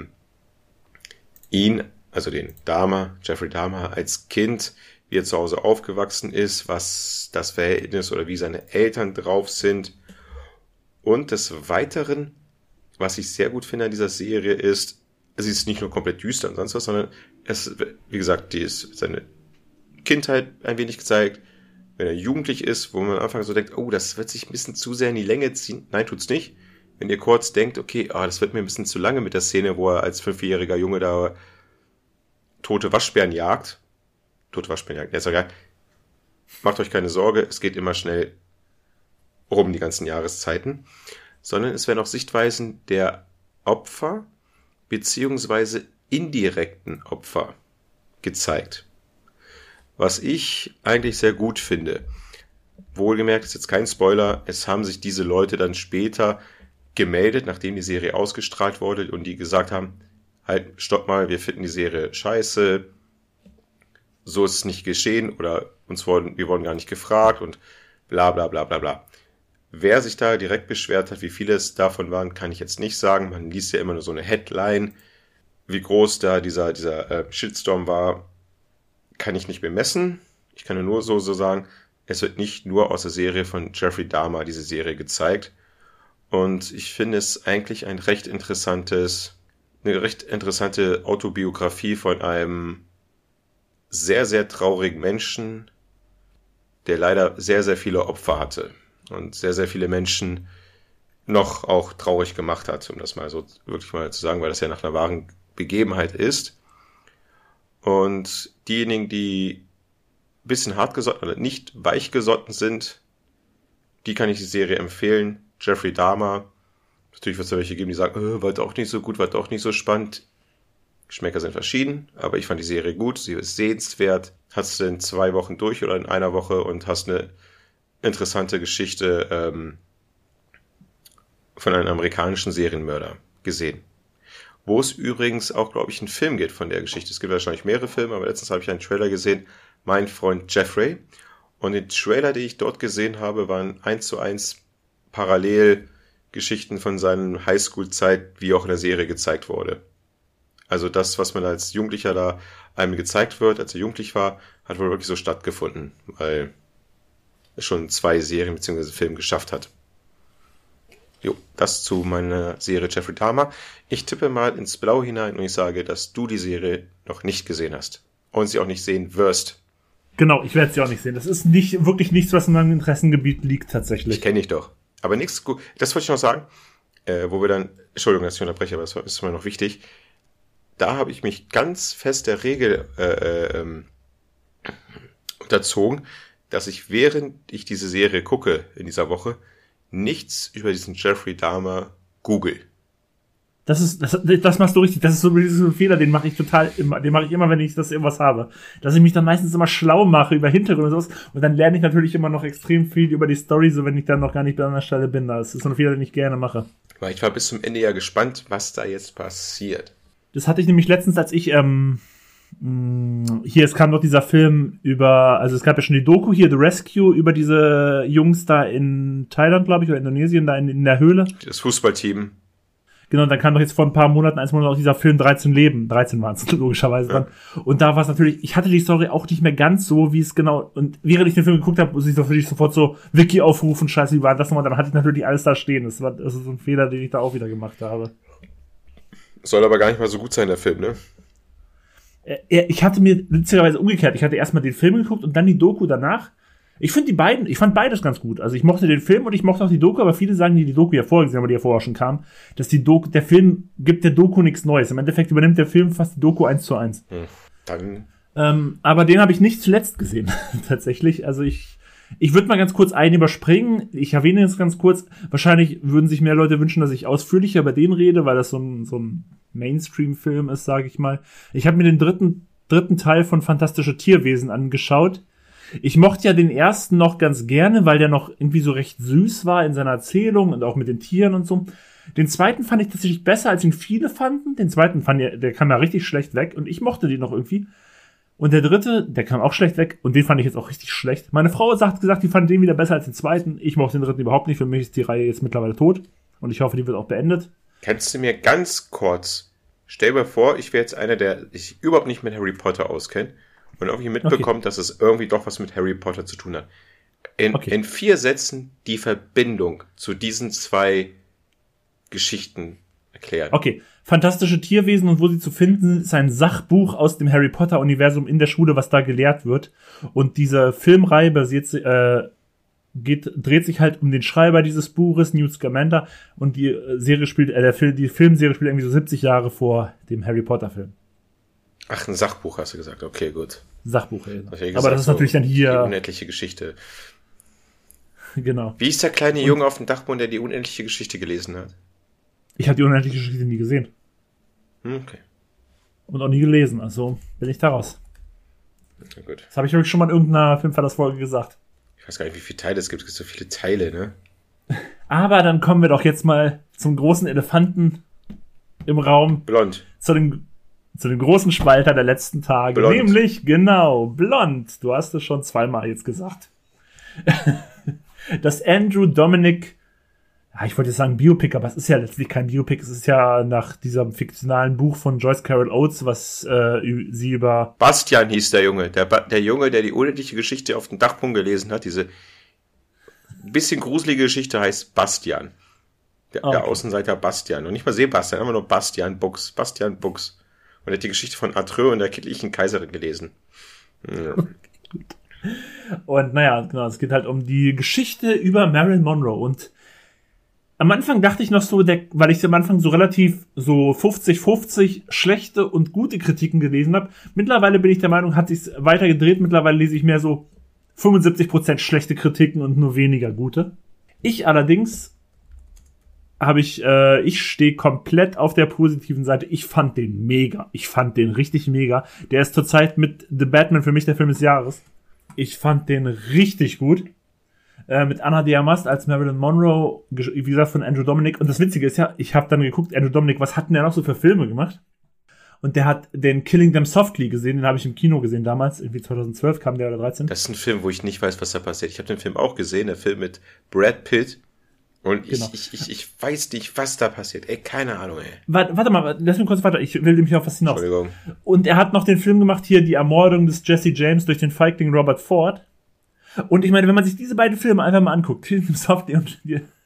ihn, also den Dahmer, Jeffrey Dahmer, als Kind, wie er zu Hause aufgewachsen ist, was das Verhältnis oder wie seine Eltern drauf sind. Und des Weiteren, was ich sehr gut finde an dieser Serie ist, sie ist nicht nur komplett düster und sonst was, sondern es, wie gesagt, die ist seine Kindheit ein wenig gezeigt, wenn er jugendlich ist, wo man am Anfang so denkt, oh, das wird sich ein bisschen zu sehr in die Länge ziehen. Nein, tut's nicht. Wenn ihr kurz denkt, okay, das wird mir ein bisschen zu lange mit der Szene, wo er als 5-jähriger Junge da tote Waschbären jagt. Ja, sag ja, macht euch keine Sorge, es geht immer schnell rum, die ganzen Jahreszeiten. Sondern es werden auch Sichtweisen der Opfer beziehungsweise indirekten Opfer gezeigt. Was ich eigentlich sehr gut finde. Wohlgemerkt, ist jetzt kein Spoiler, es haben sich diese Leute dann später gemeldet, nachdem die Serie ausgestrahlt wurde und die gesagt haben, halt, stopp mal, wir finden die Serie scheiße, so ist es nicht geschehen oder wir wurden gar nicht gefragt und bla bla bla bla bla. Wer sich da direkt beschwert hat, wie viele es davon waren, kann ich jetzt nicht sagen. Man liest ja immer nur so eine Headline. Wie groß da dieser Shitstorm war, kann ich nicht bemessen. Ich kann nur so sagen, es wird nicht nur aus der Serie von Jeffrey Dahmer diese Serie gezeigt. Und ich finde es eigentlich eine recht interessante Autobiografie von einem sehr, sehr traurigen Menschen, der leider sehr, sehr viele Opfer hatte und sehr, sehr viele Menschen noch auch traurig gemacht hat, um das mal so wirklich mal zu sagen, weil das ja nach einer wahren Begebenheit ist. Und diejenigen, die ein bisschen hartgesotten oder nicht weichgesotten sind, die kann ich die Serie empfehlen. Jeffrey Dahmer. Natürlich wird es da welche geben, die sagen, war doch nicht so gut, war doch nicht so spannend. Geschmäcker sind verschieden, aber ich fand die Serie gut, sie ist sehenswert. Hast du in 2 Wochen durch oder in einer Woche und hast eine interessante Geschichte von einem amerikanischen Serienmörder gesehen. Wo es übrigens auch, glaube ich, einen Film gibt von der Geschichte. Es gibt wahrscheinlich mehrere Filme, aber letztens habe ich einen Trailer gesehen, Mein Freund Jeffrey. Und die Trailer, die ich dort gesehen habe, waren 1:1 Parallelgeschichten von seiner Highschool-Zeit, wie auch in der Serie gezeigt wurde. Also das, was man als Jugendlicher da einem gezeigt wird, als er jugendlich war, hat wohl wirklich so stattgefunden, weil er schon 2 Serien bzw. Filme geschafft hat. Jo, das zu meiner Serie Jeffrey Dahmer. Ich tippe mal ins Blau hinein und ich sage, dass du die Serie noch nicht gesehen hast und sie auch nicht sehen wirst. Genau, ich werde sie auch nicht sehen. Das ist nicht wirklich nichts, was in meinem Interessengebiet liegt tatsächlich. Ich kenne dich doch. Aber nichts gut. Das wollte ich noch sagen, wo wir dann, Entschuldigung, dass ich unterbreche, aber das ist mir noch wichtig. Da habe ich mich ganz fest der Regel unterzogen, dass ich, während ich diese Serie gucke in dieser Woche, nichts über diesen Jeffrey Dahmer google. Das machst du richtig. Das ist so ein Fehler, den mache ich immer, wenn ich das irgendwas habe. Dass ich mich dann meistens immer schlau mache über Hintergründe und sowas. Und dann lerne ich natürlich immer noch extrem viel über die Story, so wenn ich dann noch gar nicht bei einer Stelle bin. Das ist so ein Fehler, den ich gerne mache. Weil ich war bis zum Ende ja gespannt, was da jetzt passiert. Das hatte ich nämlich letztens, als ich, es kam doch dieser Film also es gab ja schon die Doku hier, The Rescue, über diese Jungs da in Thailand, glaube ich, oder Indonesien, da in der Höhle. Das Fußballteam. Genau, und dann kam doch jetzt vor ein paar Monaten, auch dieser Film 13 Leben. 13 waren es logischerweise dann. Und da war es natürlich, ich hatte die Story auch nicht mehr ganz so, wie es genau, und während ich den Film geguckt habe, muss ich natürlich sofort so Wiki aufrufen, scheiße, wie war das nochmal? Dann hatte ich natürlich alles da stehen. Das ist so ein Fehler, den ich da auch wieder gemacht habe. Soll aber gar nicht mal so gut sein, der Film, ne? Ich hatte mir witzigerweise umgekehrt. Ich hatte erstmal den Film geguckt und dann die Doku danach. Ich fand beides ganz gut. Also ich mochte den Film und ich mochte auch die Doku, aber viele sagen, die Doku ja vorher gesehen haben, aber die ja vorher schon kam, dass der Film gibt der Doku nichts Neues. Im Endeffekt übernimmt der Film fast die Doku 1:1. Aber den habe ich nicht zuletzt gesehen, tatsächlich. Also ich würde mal ganz kurz einen überspringen. Ich erwähne jetzt ganz kurz. Wahrscheinlich würden sich mehr Leute wünschen, dass ich ausführlicher über den rede, weil das so ein Mainstream-Film ist, sage ich mal. Ich habe mir den dritten Teil von Fantastische Tierwesen angeschaut. Ich mochte ja den ersten noch ganz gerne, weil der noch irgendwie so recht süß war in seiner Erzählung und auch mit den Tieren und so. Den zweiten fand ich tatsächlich besser, als ihn viele fanden. Den zweiten der kam ja richtig schlecht weg und ich mochte den noch irgendwie. Und der dritte, der kam auch schlecht weg und den fand ich jetzt auch richtig schlecht. Meine Frau hat gesagt, die fand den wieder besser als den zweiten. Ich mochte den dritten überhaupt nicht. Für mich ist die Reihe jetzt mittlerweile tot und ich hoffe, die wird auch beendet. Kannst du mir ganz kurz, stell mir vor, ich wäre jetzt einer, der sich überhaupt nicht mit Harry Potter auskennt und irgendwie mitbekommt, dass es irgendwie doch was mit Harry Potter zu tun hat. In 4 Sätzen die Verbindung zu diesen 2 Geschichten erklären. Okay. Fantastische Tierwesen und wo sie zu finden, ist ein Sachbuch aus dem Harry Potter-Universum in der Schule, was da gelehrt wird. Und diese Filmreihe dreht sich halt um den Schreiber dieses Buches, Newt Scamander, und die Filmserie spielt irgendwie so 70 Jahre vor dem Harry Potter-Film. Ach, ein Sachbuch hast du gesagt. Okay, gut. Sachbuch, ja. Gesagt, aber das ist natürlich dann hier... Die unendliche Geschichte. Genau. Wie ist der kleine Junge auf dem Dachboden, der die unendliche Geschichte gelesen hat? Ich habe die unendliche Geschichte nie gesehen. Okay. Und auch nie gelesen, also bin ich da raus. Na gut. Das habe ich wirklich schon mal in irgendeiner Filmverlassfolge gesagt. Ich weiß gar nicht, wie viele Teile es gibt. Es gibt so viele Teile, ne? Aber dann kommen wir doch jetzt mal zum großen Elefanten im Raum. Blond. Zu dem großen Spalter der letzten Tage. Blond. Nämlich, genau, blond. Du hast es schon zweimal jetzt gesagt. Das Andrew Dominic, ja, ich wollte jetzt sagen Biopic, aber es ist ja letztlich kein Biopic. Es ist ja nach diesem fiktionalen Buch von Joyce Carol Oates, was sie über... Bastian hieß der Junge. Der Junge, der die unendliche Geschichte auf dem Dachboden gelesen hat. Diese bisschen gruselige Geschichte heißt Bastian. Der Außenseiter Bastian. Und nicht mal Sebastian, einfach nur Bastian Buchs. Bastian Buchs. Und er hat die Geschichte von Arthur und der kindlichen Kaiserin gelesen. Ja. Und naja, genau, es geht halt um die Geschichte über Marilyn Monroe. Und am Anfang dachte ich noch so, weil ich am Anfang so relativ so 50-50 schlechte und gute Kritiken gelesen habe. Mittlerweile bin ich der Meinung, hat sich's weiter gedreht. Mittlerweile lese ich mehr so 75% schlechte Kritiken und nur weniger gute. Ich allerdings ich stehe komplett auf der positiven Seite. Ich fand den mega. Ich fand den richtig mega. Der ist zurzeit mit The Batman für mich der Film des Jahres. Ich fand den richtig gut. Mit Ana de Armas als Marilyn Monroe, wie gesagt, von Andrew Dominic. Und das Witzige ist ja, ich habe dann geguckt, Andrew Dominic, was hat denn der noch so für Filme gemacht? Und der hat den Killing Them Softly gesehen, den habe ich im Kino gesehen damals, irgendwie 2012 kam der oder 13. Das ist ein Film, wo ich nicht weiß, was da passiert. Ich habe den Film auch gesehen, der Film mit Brad Pitt. Und genau. Ich weiß nicht, was da passiert. Ey, keine Ahnung, ey. Warte mal, lass mich kurz weiter. Ich will nämlich auf was hinaus. Entschuldigung. Und er hat noch den Film gemacht, hier, die Ermordung des Jesse James durch den Feigling Robert Ford. Und ich meine, wenn man sich diese beiden Filme einfach mal anguckt, Killing Them Softly und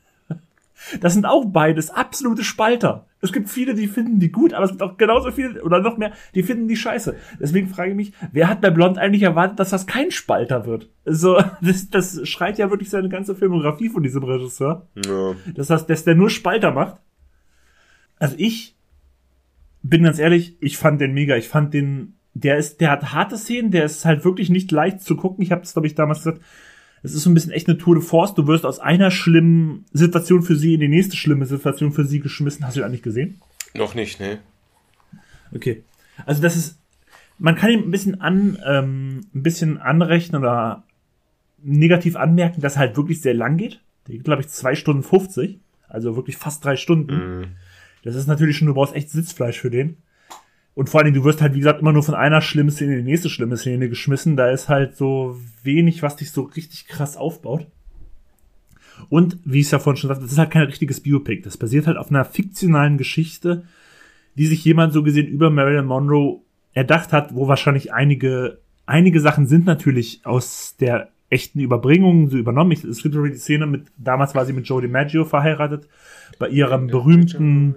das sind auch beides absolute Spalter. Es gibt viele, die finden die gut, aber es gibt auch genauso viele oder noch mehr, die finden die scheiße. Deswegen frage ich mich, wer hat bei Blond eigentlich erwartet, dass das kein Spalter wird? Also, das schreit ja wirklich seine ganze Filmografie von diesem Regisseur. Ja. Dass der nur Spalter macht. Also ich bin ganz ehrlich, ich fand den mega. Ich fand den, der hat harte Szenen, der ist halt wirklich nicht leicht zu gucken. Ich habe das, glaube ich, damals gesagt, es ist so ein bisschen echt eine Tour de Force. Du wirst aus einer schlimmen Situation für sie in die nächste schlimme Situation für sie geschmissen. Hast du das eigentlich gesehen? Noch nicht, ne? Okay. Also das ist, man kann ihm ein bisschen anrechnen oder negativ anmerken, dass er halt wirklich sehr lang geht. Der geht, glaube ich, 2 Stunden 50. Also wirklich fast 3 Stunden. Mm. Das ist natürlich schon, du brauchst echt Sitzfleisch für den. Und vor allen Dingen, du wirst halt, wie gesagt, immer nur von einer schlimmen Szene in die nächste schlimme Szene geschmissen. Da ist halt so wenig, was dich so richtig krass aufbaut. Und, wie ich es ja vorhin schon sagte, das ist halt kein richtiges Biopic. Das basiert halt auf einer fiktionalen Geschichte, die sich jemand so gesehen über Marilyn Monroe erdacht hat, wo wahrscheinlich einige Sachen sind natürlich aus der echten Überbringung so übernommen. Es gibt die Szene mit, damals war sie mit Joe DiMaggio verheiratet, bei ihrem berühmten...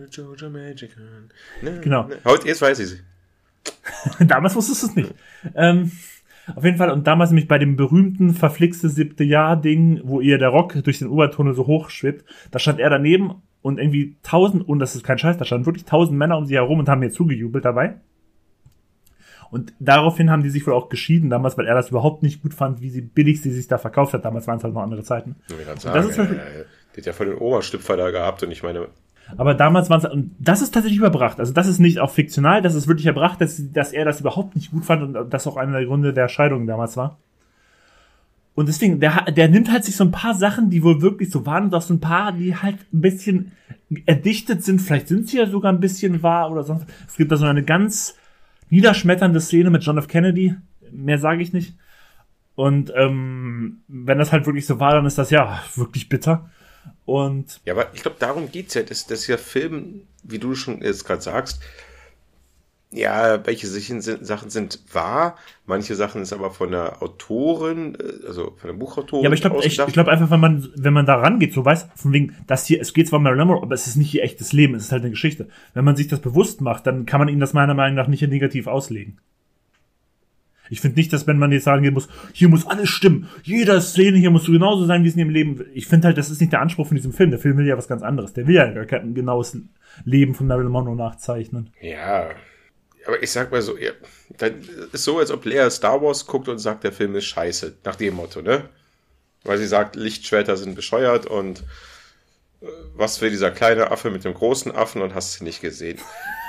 Genau. Jetzt weiß ich sie. Damals wusstest du es nicht. Auf jeden Fall, und damals nämlich bei dem berühmten verflixte 7. Jahr-Ding, wo ihr der Rock durch den U-Bahn-Tunnel so hoch schwebt, da stand er daneben und irgendwie 1000, und das ist kein Scheiß, da standen wirklich 1000 Männer um sie herum und haben ihr zugejubelt dabei. Und daraufhin haben die sich wohl auch geschieden damals, weil er das überhaupt nicht gut fand, wie billig sie sich da verkauft hat. Damals waren es halt noch andere Zeiten. Ich kann sagen, die hat ja voll den Oma-Stüpfer da gehabt und ich meine... Aber damals waren es, und das ist tatsächlich überbracht. Also das ist nicht auch fiktional, das ist wirklich erbracht, dass er das überhaupt nicht gut fand und das auch einer der Gründe der Scheidung damals war. Und deswegen, der nimmt halt sich so ein paar Sachen, die wohl wirklich so waren, und auch so ein paar, die halt ein bisschen erdichtet sind. Vielleicht sind sie ja sogar ein bisschen wahr oder sonst. Es gibt da so eine ganz niederschmetternde Szene mit John F. Kennedy. Mehr sage ich nicht. Und wenn das halt wirklich so war, dann ist das ja wirklich bitter. Und ja, aber ich glaube, darum geht's ja, dass der Film, wie du schon jetzt gerade sagst, Ja, welche Sachen sind wahr, manche Sachen ist aber von der Autorin, also von der Buchautorin. Ja, aber ich glaube einfach, wenn man da rangeht, so weiß, von wegen, das hier, es geht zwar um Marilyn Monroe, aber es ist nicht ihr echtes Leben, es ist halt eine Geschichte. Wenn man sich das bewusst macht, dann kann man ihnen das meiner Meinung nach nicht negativ auslegen. Ich finde nicht, dass wenn man jetzt sagen muss, hier muss alles stimmen, jede Szene hier muss so genauso sein, wie es in ihrem Leben. Ich finde halt, das ist nicht der Anspruch von diesem Film. Der Film will ja was ganz anderes. Der will ja gar kein genaues Leben von Marilyn Monroe nachzeichnen. Ja, aber ich sag mal so, ja, das ist so, als ob Lea Star Wars guckt und sagt, der Film ist scheiße. Nach dem Motto, ne? Weil sie sagt, Lichtschwerter sind bescheuert und was will dieser kleine Affe mit dem großen Affen und hast du nicht gesehen.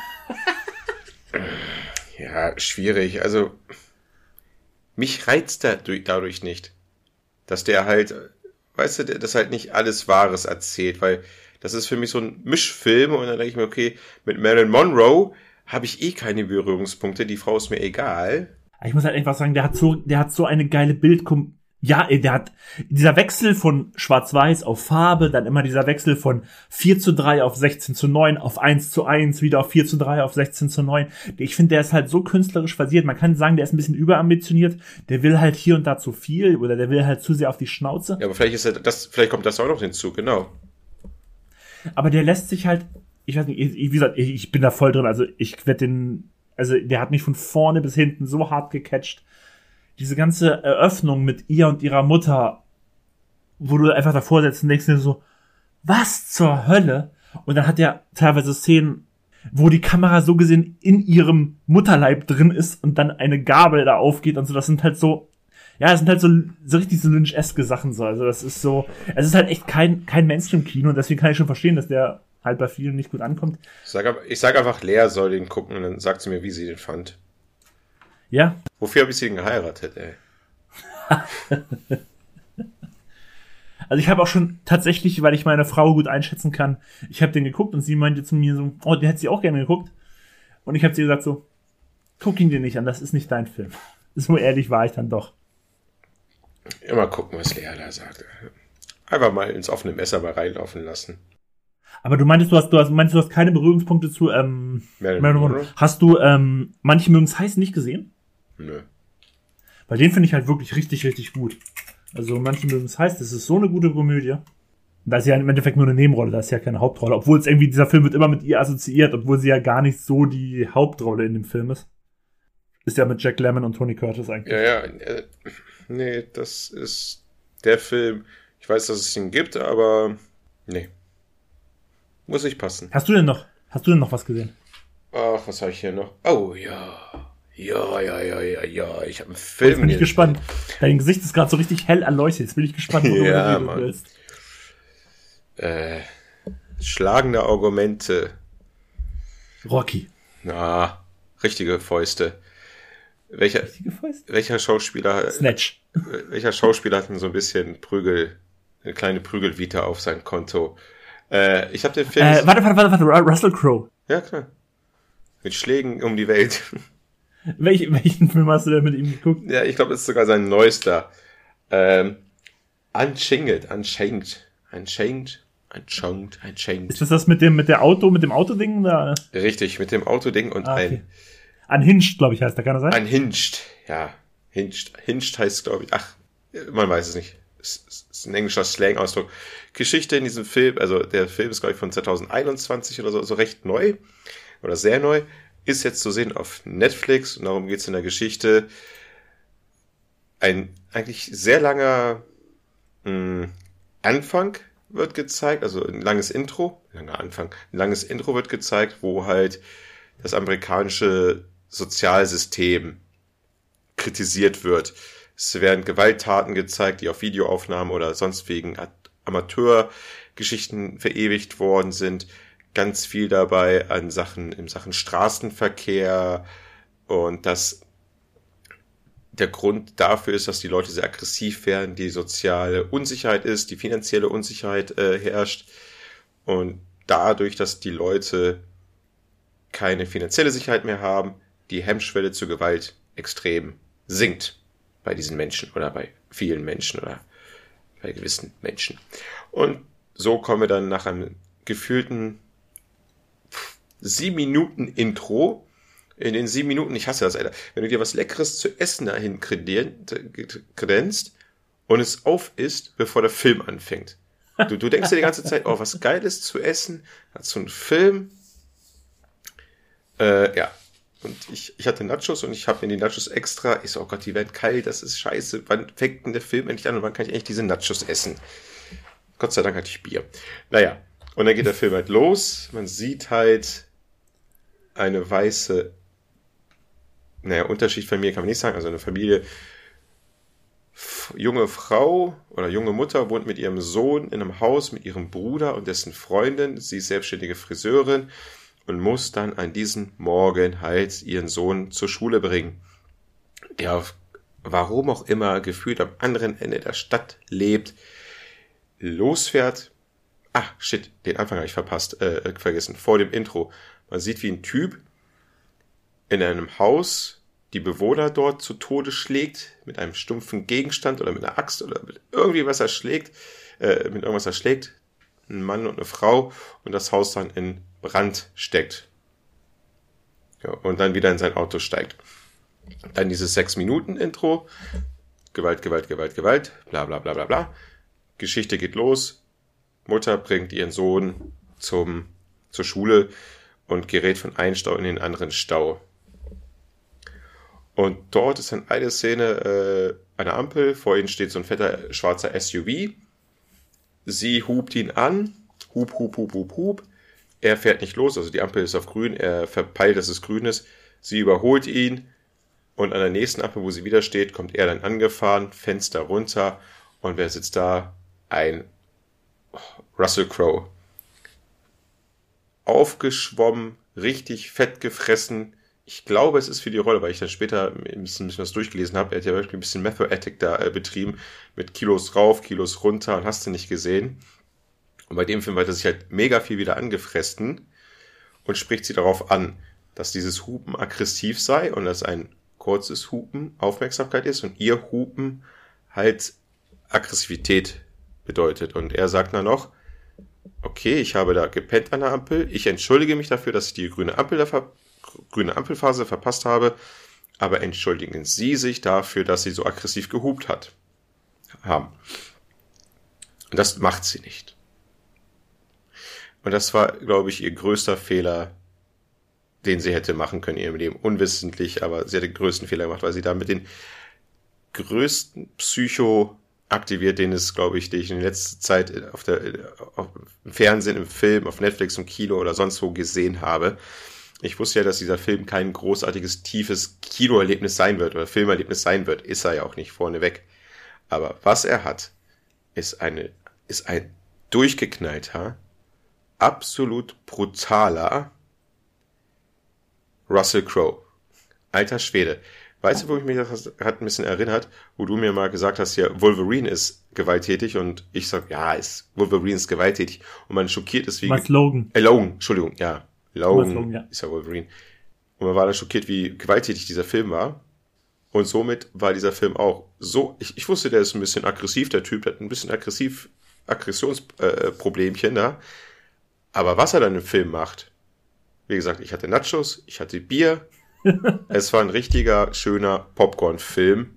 Ja, schwierig. Also, mich reizt dadurch nicht, dass der halt, weißt du, das halt nicht alles Wahres erzählt, weil das ist für mich so ein Mischfilm und dann denke ich mir, okay, mit Marilyn Monroe habe ich eh keine Berührungspunkte, die Frau ist mir egal. Ich muss halt einfach sagen, der hat so eine geile dieser Wechsel von Schwarz-Weiß auf Farbe, dann immer dieser Wechsel von 4:3 auf 16:9, auf 1:1, wieder auf 4:3 auf 16:9. Ich finde, der ist halt so künstlerisch versiert. Man kann sagen, der ist ein bisschen überambitioniert. Der will halt hier und da zu viel oder der will halt zu sehr auf die Schnauze. Ja, aber vielleicht kommt das auch noch hinzu, genau. Aber der lässt sich halt, ich weiß nicht, wie gesagt, ich bin da voll drin. Also der hat mich von vorne bis hinten so hart gecatcht. Diese ganze Eröffnung mit ihr und ihrer Mutter, wo du einfach davor sitzt und denkst dir so, was zur Hölle? Und dann hat er teilweise Szenen, wo die Kamera so gesehen in ihrem Mutterleib drin ist und dann eine Gabel da aufgeht und so. Das sind halt so, ja, das sind halt so richtig so Lynch-eske Sachen so. Also das ist so, es ist halt echt kein Mainstream-Kino und deswegen kann ich schon verstehen, dass der halt bei vielen nicht gut ankommt. Ich sag einfach, Lea soll den gucken und dann sagt sie mir, wie sie den fand. Ja. Wofür habe ich sie denn geheiratet, ey? Also ich habe auch schon tatsächlich, weil ich meine Frau gut einschätzen kann, ich habe den geguckt und sie meinte zu mir so, oh, den hätte sie auch gerne geguckt. Und ich habe sie gesagt so, guck ihn dir nicht an, das ist nicht dein Film. So ehrlich war ich dann doch. Immer gucken, was Lea da sagt. Einfach mal ins offene Messer mal reinlaufen lassen. Aber du meintest, du hast keine Berührungspunkte zu Marilyn Monroe. Hast du Manche mögen es heiß nicht gesehen? Nö. Weil den finde ich halt wirklich richtig, richtig gut. Also Manche mögen es heiß, das ist so eine gute Komödie. Da ist ja im Endeffekt nur eine Nebenrolle, da ist ja keine Hauptrolle. Obwohl es irgendwie, dieser Film wird immer mit ihr assoziiert, obwohl sie ja gar nicht so die Hauptrolle in dem Film ist. Ist ja mit Jack Lemmon und Tony Curtis eigentlich. Ja, nee, das ist der Film. Ich weiß, dass es ihn gibt, aber nee. Muss nicht passen. Hast du denn noch was gesehen? Ach, was habe ich hier noch? Oh, ja. Ja. Ich habe einen Film. Jetzt bin ich gespannt. Dein Gesicht ist gerade so richtig hell erleuchtet. Jetzt bin ich gespannt, wo du willst. Schlagende Argumente. Rocky. Na, richtige Fäuste. Welcher Schauspieler? Snatch. Welcher Schauspieler hat denn so ein bisschen eine kleine Prügelvita auf sein Konto? Ich habe den Film... Warte, Russell Crowe. Ja, klar. Mit Schlägen um die Welt. Welchen Film hast du denn mit ihm geguckt? Ja, ich glaube, das ist sogar sein neuester. Unchained. Ist das mit dem Autoding da? Richtig, mit dem Autoding und okay. Unhinged, glaube ich, heißt der, kann das sein? Unhinged, ja. Hinged heißt, glaube ich, man weiß es nicht. Ist ein englischer Slang-Ausdruck. Geschichte in diesem Film, also der Film ist, glaube ich, von 2021 oder so, also recht neu oder sehr neu, ist jetzt zu sehen auf Netflix und darum geht es in der Geschichte. Ein eigentlich sehr langer Anfang wird gezeigt, also ein langes Intro wird gezeigt, wo halt das amerikanische Sozialsystem kritisiert wird. Es werden Gewalttaten gezeigt, die auf Videoaufnahmen oder sonst wegen Amateurgeschichten verewigt worden sind. Ganz viel dabei in Sachen Straßenverkehr und der Grund dafür ist, dass die Leute sehr aggressiv werden, die soziale Unsicherheit ist, die finanzielle Unsicherheit herrscht und dadurch, dass die Leute keine finanzielle Sicherheit mehr haben, die Hemmschwelle zur Gewalt extrem sinkt bei diesen Menschen oder bei vielen Menschen oder bei gewissen Menschen. Und so kommen wir dann nach einem gefühlten 7 Minuten Intro, in den 7 Minuten, ich hasse das, Alter, wenn du dir was Leckeres zu essen dahin kredenzt und es auf ist, bevor der Film anfängt. Du denkst dir die ganze Zeit, oh, was Geiles zu essen, hat so einen Film. Ja. Und ich hatte Nachos und ich habe mir die Nachos extra, ich so, oh Gott, die werden kalt, das ist scheiße, wann fängt denn der Film endlich an und wann kann ich eigentlich diese Nachos essen? Gott sei Dank hatte ich Bier. Naja, und dann geht der Film halt los, man sieht halt eine weiße, Unterschichtfamilie kann man nicht sagen, also eine Familie, junge Frau oder junge Mutter wohnt mit ihrem Sohn in einem Haus mit ihrem Bruder und dessen Freundin, sie ist selbstständige Friseurin, und muss dann an diesem Morgen halt ihren Sohn zur Schule bringen. Der, warum auch immer, gefühlt am anderen Ende der Stadt lebt, losfährt. Den Anfang habe ich vergessen, vor dem Intro. Man sieht, wie ein Typ in einem Haus die Bewohner dort zu Tode schlägt, mit einem stumpfen Gegenstand oder mit einer Axt oder mit irgendwie was er schlägt, ein Mann und eine Frau, und das Haus dann in Brand steckt. Ja, und dann wieder in sein Auto steigt. Dann dieses 6-Minuten-Intro. Gewalt, bla bla bla bla bla. Geschichte geht los. Mutter bringt ihren Sohn zur Schule und gerät von einem Stau in den anderen Stau. Und dort ist dann eine Szene, eine Ampel, vor ihnen steht so ein fetter schwarzer SUV. Sie hupt ihn an. Hup. Er fährt nicht los, also die Ampel ist auf grün, er verpeilt, dass es grün ist. Sie überholt ihn und an der nächsten Ampel, wo sie wieder steht, kommt er dann angefahren, Fenster runter, und wer sitzt da? Ein Russell Crowe. Aufgeschwommen, richtig fett gefressen. Ich glaube, es ist für die Rolle, weil ich dann später ein bisschen was durchgelesen habe. Er hat ja wirklich ein bisschen Method Addict da betrieben, mit Kilos rauf, Kilos runter, und hast du nicht gesehen. Und bei dem Film hat er sich halt mega viel wieder angefressen und spricht sie darauf an, dass dieses Hupen aggressiv sei und dass ein kurzes Hupen Aufmerksamkeit ist und ihr Hupen halt Aggressivität bedeutet. Und er sagt dann noch, okay, ich habe da gepennt an der Ampel, ich entschuldige mich dafür, dass ich die grüne Ampelphase verpasst habe, aber entschuldigen Sie sich dafür, dass Sie so aggressiv gehupt haben. Und das macht sie nicht. Und das war, glaube ich, ihr größter Fehler, den sie hätte machen können in ihrem Leben. Unwissentlich, aber sie hat den größten Fehler gemacht, weil sie damit den größten Psycho aktiviert, den ich in letzter Zeit im Fernsehen, im Film, auf Netflix, im Kino oder sonst wo gesehen habe. Ich wusste ja, dass dieser Film kein großartiges, tiefes Kinoerlebnis sein wird oder Filmerlebnis sein wird. Ist er ja auch nicht vorneweg. Aber was er hat, ist ein durchgeknallter, absolut brutaler Russell Crowe. Alter Schwede. Weißt du, wo ich mich das hat ein bisschen erinnert, wo du mir mal gesagt hast, ja, Wolverine ist gewalttätig, und ich sag, ja, Wolverine ist gewalttätig, und man schockiert ist, wie... Logan. Logan, Entschuldigung, ja. Logan ja. Ist ja Wolverine. Und man war dann schockiert, wie gewalttätig dieser Film war. Und somit war dieser Film auch so... Ich wusste, der ist ein bisschen aggressiv, der Typ, der hat ein bisschen Aggressionsproblemchen da. Aber was er dann im Film macht, wie gesagt, ich hatte Nachos, ich hatte Bier, es war ein richtiger, schöner Popcorn-Film,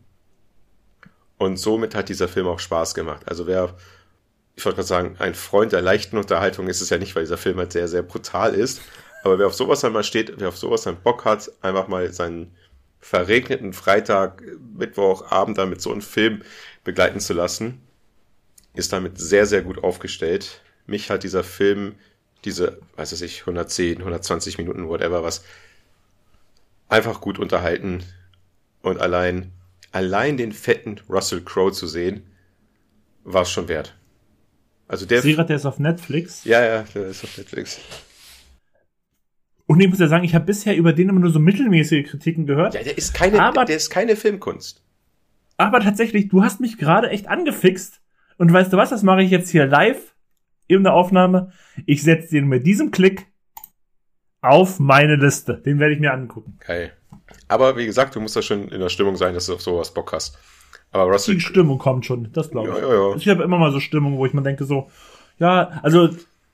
und somit hat dieser Film auch Spaß gemacht. Also ich wollte gerade sagen, ein Freund der leichten Unterhaltung ist es ja nicht, weil dieser Film halt sehr, sehr brutal ist, aber wer auf sowas einmal steht, wer auf sowas einen Bock hat, einfach mal seinen verregneten Freitag, Mittwochabend dann mit so einem Film begleiten zu lassen, ist damit sehr, sehr gut aufgestellt. Mich hat dieser Film, diese, 110, 120 Minuten, whatever was, einfach gut unterhalten, und allein den fetten Russell Crowe zu sehen, war es schon wert. Also der ist auf Netflix. Ja, der ist auf Netflix. Und ich muss ja sagen, ich habe bisher über den immer nur so mittelmäßige Kritiken gehört. Ja, der ist keine Filmkunst. Aber tatsächlich, du hast mich gerade echt angefixt. Und weißt du was, das mache ich jetzt hier live in der Aufnahme. Ich setze den mit diesem Klick auf meine Liste. Den werde ich mir angucken. Geil. Aber wie gesagt, du musst da schon in der Stimmung sein, dass du auf sowas Bock hast. Aber Russell... Die Stimmung kommt schon, das glaube ich. Ja. Ich habe immer mal so Stimmung, wo ich mir denke so, ja, also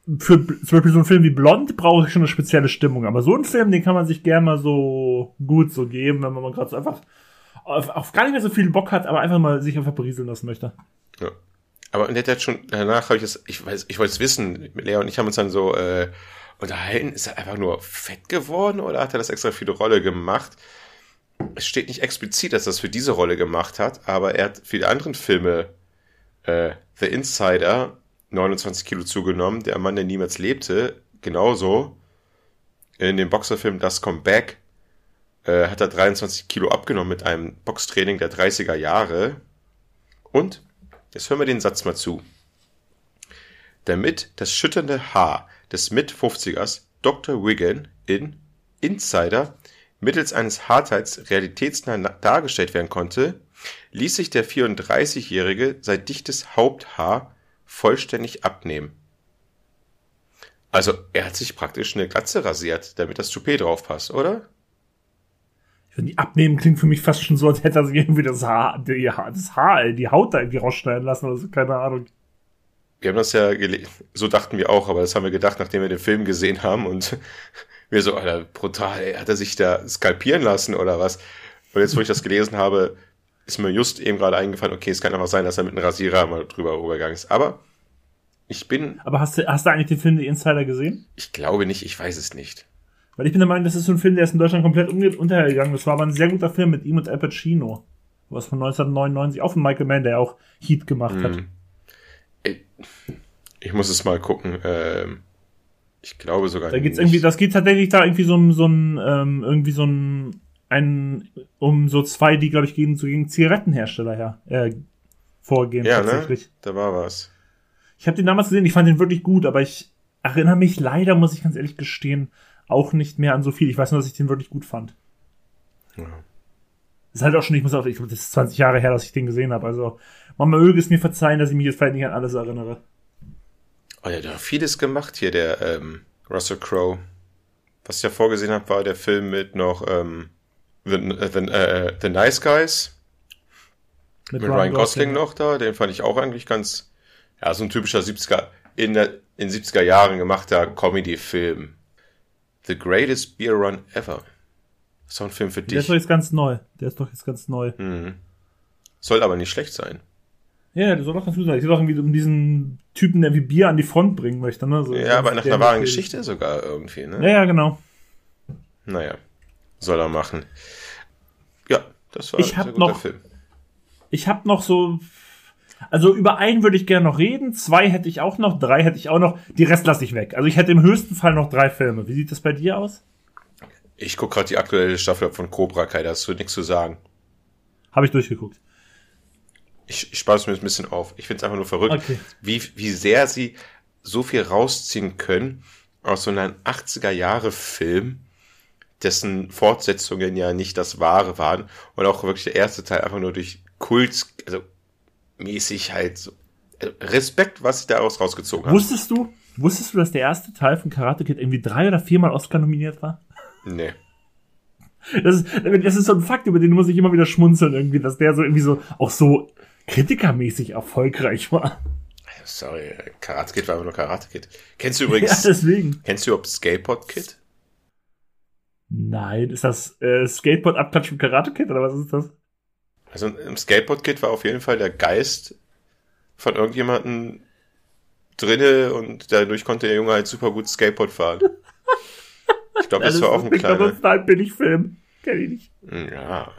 für zum Beispiel so einen Film wie Blond brauche ich schon eine spezielle Stimmung. Aber so einen Film, den kann man sich gerne mal so gut so geben, wenn man gerade so einfach auf gar nicht mehr so viel Bock hat, aber einfach mal sich einfach berieseln lassen möchte. Ja. Aber der hat schon, danach habe ich wollte es wissen, Lea und ich haben uns dann so unterhalten, ist er einfach nur fett geworden oder hat er das extra für die Rolle gemacht? Es steht nicht explizit, dass er das für diese Rolle gemacht hat, aber er hat für die anderen Filme The Insider 29 Kilo zugenommen, Der Mann, der niemals lebte, genauso. In dem Boxerfilm Das Come Back hat er 23 Kilo abgenommen mit einem Boxtraining der 30er Jahre. Und, jetzt hören wir den Satz mal zu. Damit das schütternde Haar des Mit-50ers Dr. Wigan in Insider mittels eines Haarteils realitätsnah dargestellt werden konnte, ließ sich der 34-Jährige sein dichtes Haupthaar vollständig abnehmen. Also, er hat sich praktisch eine Glatze rasiert, damit das Toupet drauf passt, oder? Ich finde, die abnehmen klingt für mich fast schon so, als hätte er sich irgendwie die Haut da irgendwie rausschneiden lassen oder so, keine Ahnung. Wir haben das ja so dachten wir auch, aber das haben wir gedacht, nachdem wir den Film gesehen haben und wir so, Alter, brutal, ey, hat er sich da skalpieren lassen oder was? Und jetzt, wo ich das gelesen habe, ist mir just eben gerade eingefallen, okay, es kann einfach sein, dass er mit einem Rasierer mal drüber rübergegangen ist. Aber Aber hast du eigentlich den Film The Insider gesehen? Ich glaube nicht, ich weiß es nicht. Weil ich bin der Meinung, das ist so ein Film, der ist in Deutschland komplett untergegangen. Das war aber ein sehr guter Film mit ihm und Al Pacino. Was von 1999, auch von Michael Mann, der auch Heat gemacht hat. Ich muss es mal gucken. Ich glaube sogar da geht's nicht. Das geht tatsächlich da irgendwie um so zwei, die, glaube ich, gegen Zigarettenhersteller vorgehen. Ja, tatsächlich. Ne? Da war was. Ich habe den damals gesehen, ich fand den wirklich gut, aber ich erinnere mich leider, muss ich ganz ehrlich gestehen, auch nicht mehr an so viel. Ich weiß nur, dass ich den wirklich gut fand. Ja. Das ist halt auch schon, ich glaube, das ist 20 Jahre her, dass ich den gesehen habe. Also, man möge es mir verzeihen, dass ich mich jetzt vielleicht nicht an alles erinnere. Oh, der hat doch vieles gemacht hier, der Russell Crowe. Was ich ja vorgesehen habe, war der Film mit noch The Nice Guys. Mit Ryan Gosling noch da. Den fand ich auch eigentlich ganz, ja, so ein typischer 70er, in 70er Jahren gemachter Comedy-Film. The Greatest Beer Run Ever. Das ist doch ein Film für dich. Der ist doch jetzt ganz neu. Mhm. Soll aber nicht schlecht sein. Ja, der soll doch ganz gut sein. Es geht doch irgendwie um diesen Typen, der wie Bier an die Front bringen möchte. Ne? So, ja, aber nach einer wahren Geschichte sogar irgendwie. Ne? Ja, genau. Naja, soll er machen. Ja, das war ein guter Film. Ich habe noch so... Also über einen würde ich gerne noch reden, 2 hätte ich auch noch, 3 hätte ich auch noch, die Rest lasse ich weg. Also ich hätte im höchsten Fall noch 3 Filme. Wie sieht das bei dir aus? Ich gucke gerade die aktuelle Staffel von Cobra Kai, da hast du nichts zu sagen. Habe ich durchgeguckt. Ich spare es mir ein bisschen auf. Ich finde es einfach nur verrückt, okay, wie sehr sie so viel rausziehen können aus so einem 80er-Jahre-Film, dessen Fortsetzungen ja nicht das Wahre waren und auch wirklich der erste Teil einfach nur durch Kult, also mäßig halt so. Respekt, was sie daraus rausgezogen haben. Wusstest du, dass der erste Teil von Karate Kid irgendwie 3 oder 4 Mal Oscar nominiert war? Nee. Das ist so ein Fakt, über den muss ich immer wieder schmunzeln irgendwie, dass der so irgendwie so, auch so kritikermäßig erfolgreich war. Sorry, Karate Kid war aber nur Karate Kid. Kennst du übrigens, ja, deswegen. Kennst du überhaupt Skateboard Kid? Nein, ist das Skateboard-Abklatsch von Karate Kid oder was ist das? Also im Skateboard Kid war auf jeden Fall der Geist von irgendjemandem drinne und dadurch konnte der Junge halt super gut Skateboard fahren. Ich glaube, das war auch ein kleiner... Das ist ein Billigfilm. Kenn ich nicht. Ja.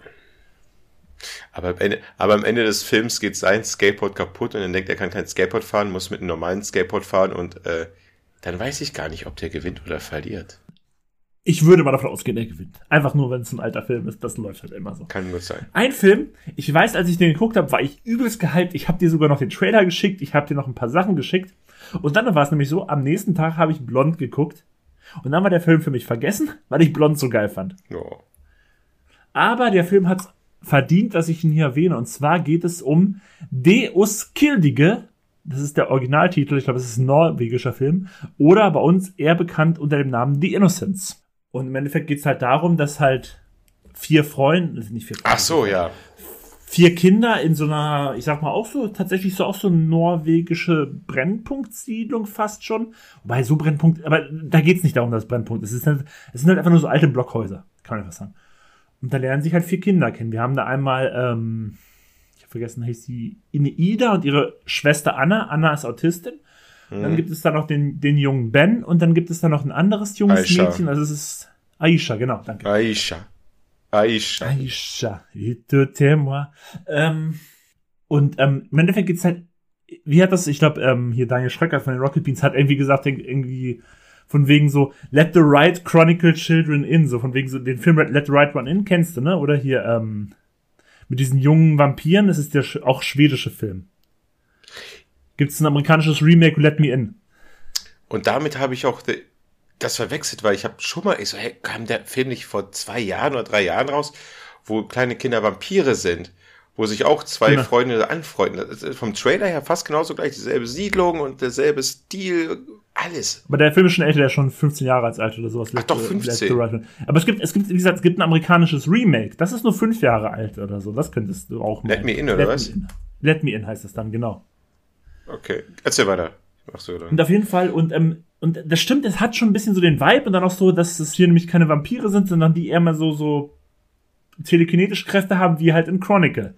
Aber am Ende des Films geht sein Skateboard kaputt und dann denkt er, kann kein Skateboard fahren, muss mit einem normalen Skateboard fahren und dann weiß ich gar nicht, ob der gewinnt oder verliert. Ich würde mal davon ausgehen, der gewinnt. Einfach nur, wenn es ein alter Film ist. Das läuft halt immer so. Kann gut sein. Ein Film, ich weiß, als ich den geguckt habe, war ich übelst gehypt. Ich habe dir sogar noch den Trailer geschickt. Ich habe dir noch ein paar Sachen geschickt. Und dann war es nämlich so, am nächsten Tag habe ich Blond geguckt. Und dann war der Film für mich vergessen, weil ich Blond so geil fand. Oh. Aber der Film hat verdient, dass ich ihn hier erwähne. Und zwar geht es um Deus Kildige. Das ist der Originaltitel. Ich glaube, es ist ein norwegischer Film. Oder bei uns eher bekannt unter dem Namen The Innocents. Und im Endeffekt geht es halt darum, dass halt 4 Freunde, nicht 4 Freunde. Ach so, ja. 4 Kinder in so einer, ich sag mal auch so, tatsächlich so auch so eine norwegische Brennpunktsiedlung fast schon. Wobei so Brennpunkt, aber da geht's nicht darum, dass es Brennpunkt ist. Es sind halt einfach nur so alte Blockhäuser, kann man einfach sagen. Und da lernen sich halt 4 Kinder kennen. Wir haben da einmal, ich habe vergessen, heißt sie Ida und ihre Schwester Anna. Anna ist Autistin. Dann gibt es da noch den jungen Ben und dann gibt es da noch ein anderes junges Aisha. Mädchen. Also es ist Aisha, genau, danke. Aisha, moi. Und im Endeffekt geht's halt, wie hat das, ich glaube, hier Daniel Schröcker von den Rocket Beans hat irgendwie gesagt, irgendwie von wegen so, Let the Right Chronicle Children In, so von wegen so, den Film Let the Right One In kennst du, ne? Oder hier, mit diesen jungen Vampiren, das ist der auch schwedische Film. Gibt's ein amerikanisches Remake, Let Me In. Und damit habe ich auch das verwechselt, weil ich habe schon mal, ich so, hey, kam der Film nicht vor 2 Jahren oder 3 Jahren raus, wo kleine Kinder Vampire sind, wo sich auch 2 Freunde anfreunden. Das ist vom Trailer her fast genauso gleich, dieselbe Siedlung und derselbe Stil, alles. Aber der Film ist schon älter, der ist schon 15 Jahre alt oder sowas. Ach doch, 15. Aber es gibt, wie gesagt, es gibt ein amerikanisches Remake. Das ist nur 5 Jahre alt oder so. Das könntest du auch mal. Let Me In, oder was? Let Me In heißt es dann, genau. Okay, erzähl weiter. Ach so, oder? Und auf jeden Fall, und das stimmt, es hat schon ein bisschen so den Vibe und dann auch so, dass es hier nämlich keine Vampire sind, sondern die eher mal so telekinetische Kräfte haben, wie halt in Chronicle.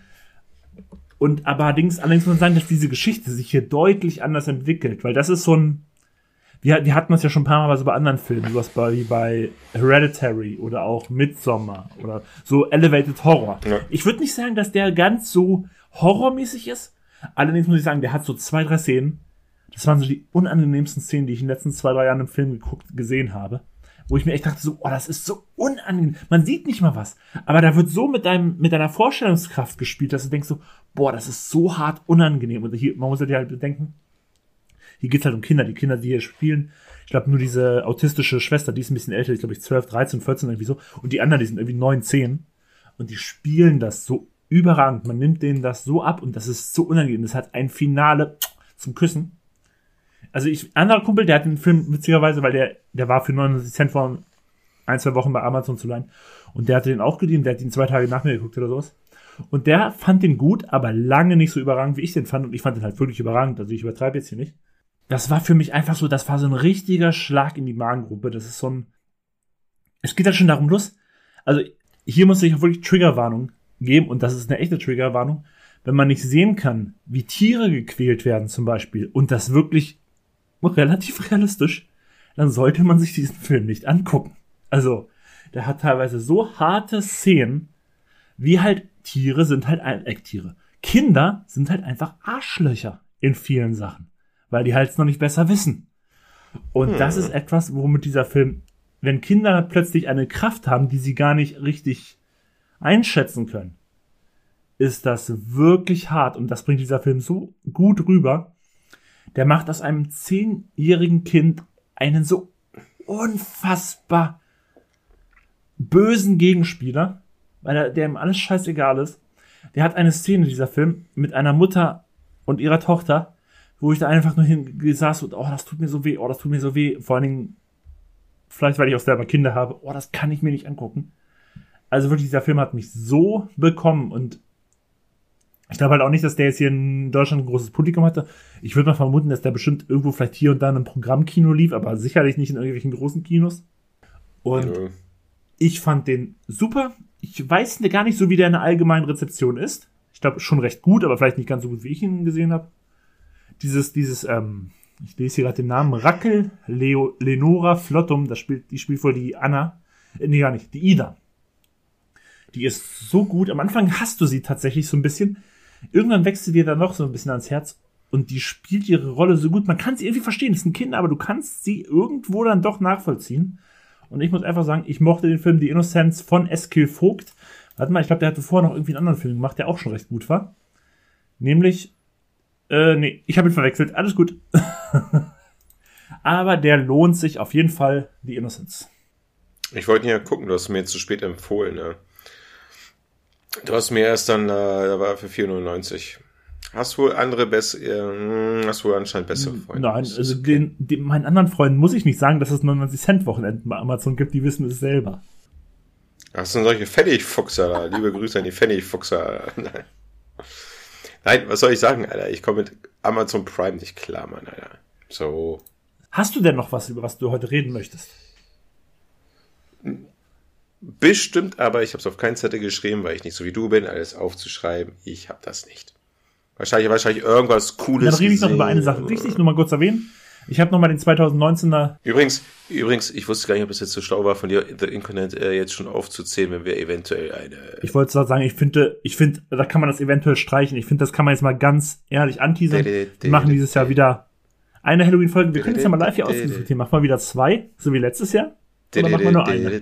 Und aber allerdings muss man sagen, dass diese Geschichte sich hier deutlich anders entwickelt, weil das ist so ein, wir hatten das ja schon ein paar Mal so bei anderen Filmen, sowas wie bei Hereditary oder auch Midsommar oder so Elevated Horror. Ja. Ich würde nicht sagen, dass der ganz so horrormäßig ist, allerdings muss ich sagen, der hat so 2, 3 Szenen. Das waren so die unangenehmsten Szenen, die ich in den letzten 2, 3 Jahren im Film gesehen habe. Wo ich mir echt dachte so, oh, das ist so unangenehm. Man sieht nicht mal was. Aber da wird so mit deiner Vorstellungskraft gespielt, dass du denkst so, boah, das ist so hart unangenehm. Und hier, man muss halt bedenken, hier geht's halt um Kinder. Die Kinder, die hier spielen, ich glaube nur diese autistische Schwester, die ist ein bisschen älter, ich glaube 12, 13, 14 irgendwie so. Und die anderen, die sind irgendwie 9, 10. Und die spielen das so überragend. Man nimmt denen das so ab und das ist so unangenehm. Das hat ein Finale zum Küssen. Also anderer Kumpel, der hat den Film witzigerweise, weil der war für 99 Cent vor 1, 2 Wochen bei Amazon zu leihen. Und der hatte den auch geliehen, der hat ihn 2 Tage nach mir geguckt oder sowas. Und der fand den gut, aber lange nicht so überragend, wie ich den fand. Und ich fand den halt wirklich überragend, also ich übertreibe jetzt hier nicht. Das war für mich einfach so, das war so ein richtiger Schlag in die Magengrube. Das ist so ein, es geht halt schon darum los. Also hier muss ich auch wirklich Triggerwarnung geben und das ist eine echte Triggerwarnung. Wenn man nicht sehen kann, wie Tiere gequält werden zum Beispiel und das wirklich relativ realistisch, dann sollte man sich diesen Film nicht angucken. Also, der hat teilweise so harte Szenen, wie halt Tiere sind halt Ecktiere. Kinder sind halt einfach Arschlöcher in vielen Sachen, weil die halt es noch nicht besser wissen. Und das ist etwas, womit dieser Film, wenn Kinder plötzlich eine Kraft haben, die sie gar nicht richtig einschätzen können, ist das wirklich hart. Und das bringt dieser Film so gut rüber. Der macht aus einem 10-jährigen Kind einen so unfassbar bösen Gegenspieler, weil der ihm alles scheißegal ist. Der hat eine Szene, dieser Film, mit einer Mutter und ihrer Tochter, wo ich da einfach nur hingesaß und, oh, das tut mir so weh. Vor allen Dingen, vielleicht, weil ich auch selber Kinder habe, oh, das kann ich mir nicht angucken. Also wirklich, dieser Film hat mich so bekommen und ich glaube halt auch nicht, dass der jetzt hier in Deutschland ein großes Publikum hatte. Ich würde mal vermuten, dass der bestimmt irgendwo vielleicht hier und da in einem Programmkino lief, aber sicherlich nicht in irgendwelchen großen Kinos. Und ich fand den super. Ich weiß gar nicht so, wie der in der allgemeinen Rezeption ist. Ich glaube schon recht gut, aber vielleicht nicht ganz so gut, wie ich ihn gesehen habe. Ich lese hier gerade den Namen, Rakel Lenora Flottum, die spielt wohl die Anna. Nee, gar nicht, die Ida. Die ist so gut. Am Anfang hasst du sie tatsächlich so ein bisschen. Irgendwann wächst sie dir dann noch so ein bisschen ans Herz und die spielt ihre Rolle so gut. Man kann sie irgendwie verstehen, das ist ein Kind, aber du kannst sie irgendwo dann doch nachvollziehen. Und ich muss einfach sagen, ich mochte den Film The Innocents von Eskil Vogt. Warte mal, ich glaube, der hatte vorher noch irgendwie einen anderen Film gemacht, der auch schon recht gut war. Nämlich, ich habe ihn verwechselt, alles gut. Aber der lohnt sich auf jeden Fall, The Innocents. Ich wollte ihn ja gucken, du hast mir jetzt zu spät empfohlen, ne? Du hast mir erst dann, da war für 4,99. Hast wohl anscheinend bessere Freunde. Nein, also meinen anderen Freunden muss ich nicht sagen, dass es 99 Cent Wochenenden bei Amazon gibt, die wissen es selber. Ach, sind solche Pfennigfuchser da. Liebe Grüße an die Pfennigfuchser. Nein, was soll ich sagen, Alter? Ich komme mit Amazon Prime nicht klar, Mann, Alter. So. Hast du denn noch was, über was du heute reden möchtest? Bestimmt, aber ich habe es auf keinen Zettel geschrieben, weil ich nicht so wie du bin, alles aufzuschreiben. Ich habe das nicht. Wahrscheinlich irgendwas Cooles. Dann rede ich noch über eine Sache. Richtig, nur mal kurz erwähnen. Ich habe nochmal den 2019er... Übrigens, ich wusste gar nicht, ob es jetzt so schlau war, von dir The Incarnate jetzt schon aufzuzählen, wenn wir eventuell eine... Ich wollte sagen, ich finde, da kann man das eventuell streichen. Ich finde, das kann man jetzt mal ganz ehrlich anteasern. Wir machen dieses Jahr wieder eine Halloween-Folge. Wir können es ja mal live hier ausdiskutieren. Machen wir wieder 2, so wie letztes Jahr? Oder machen wir nur eine?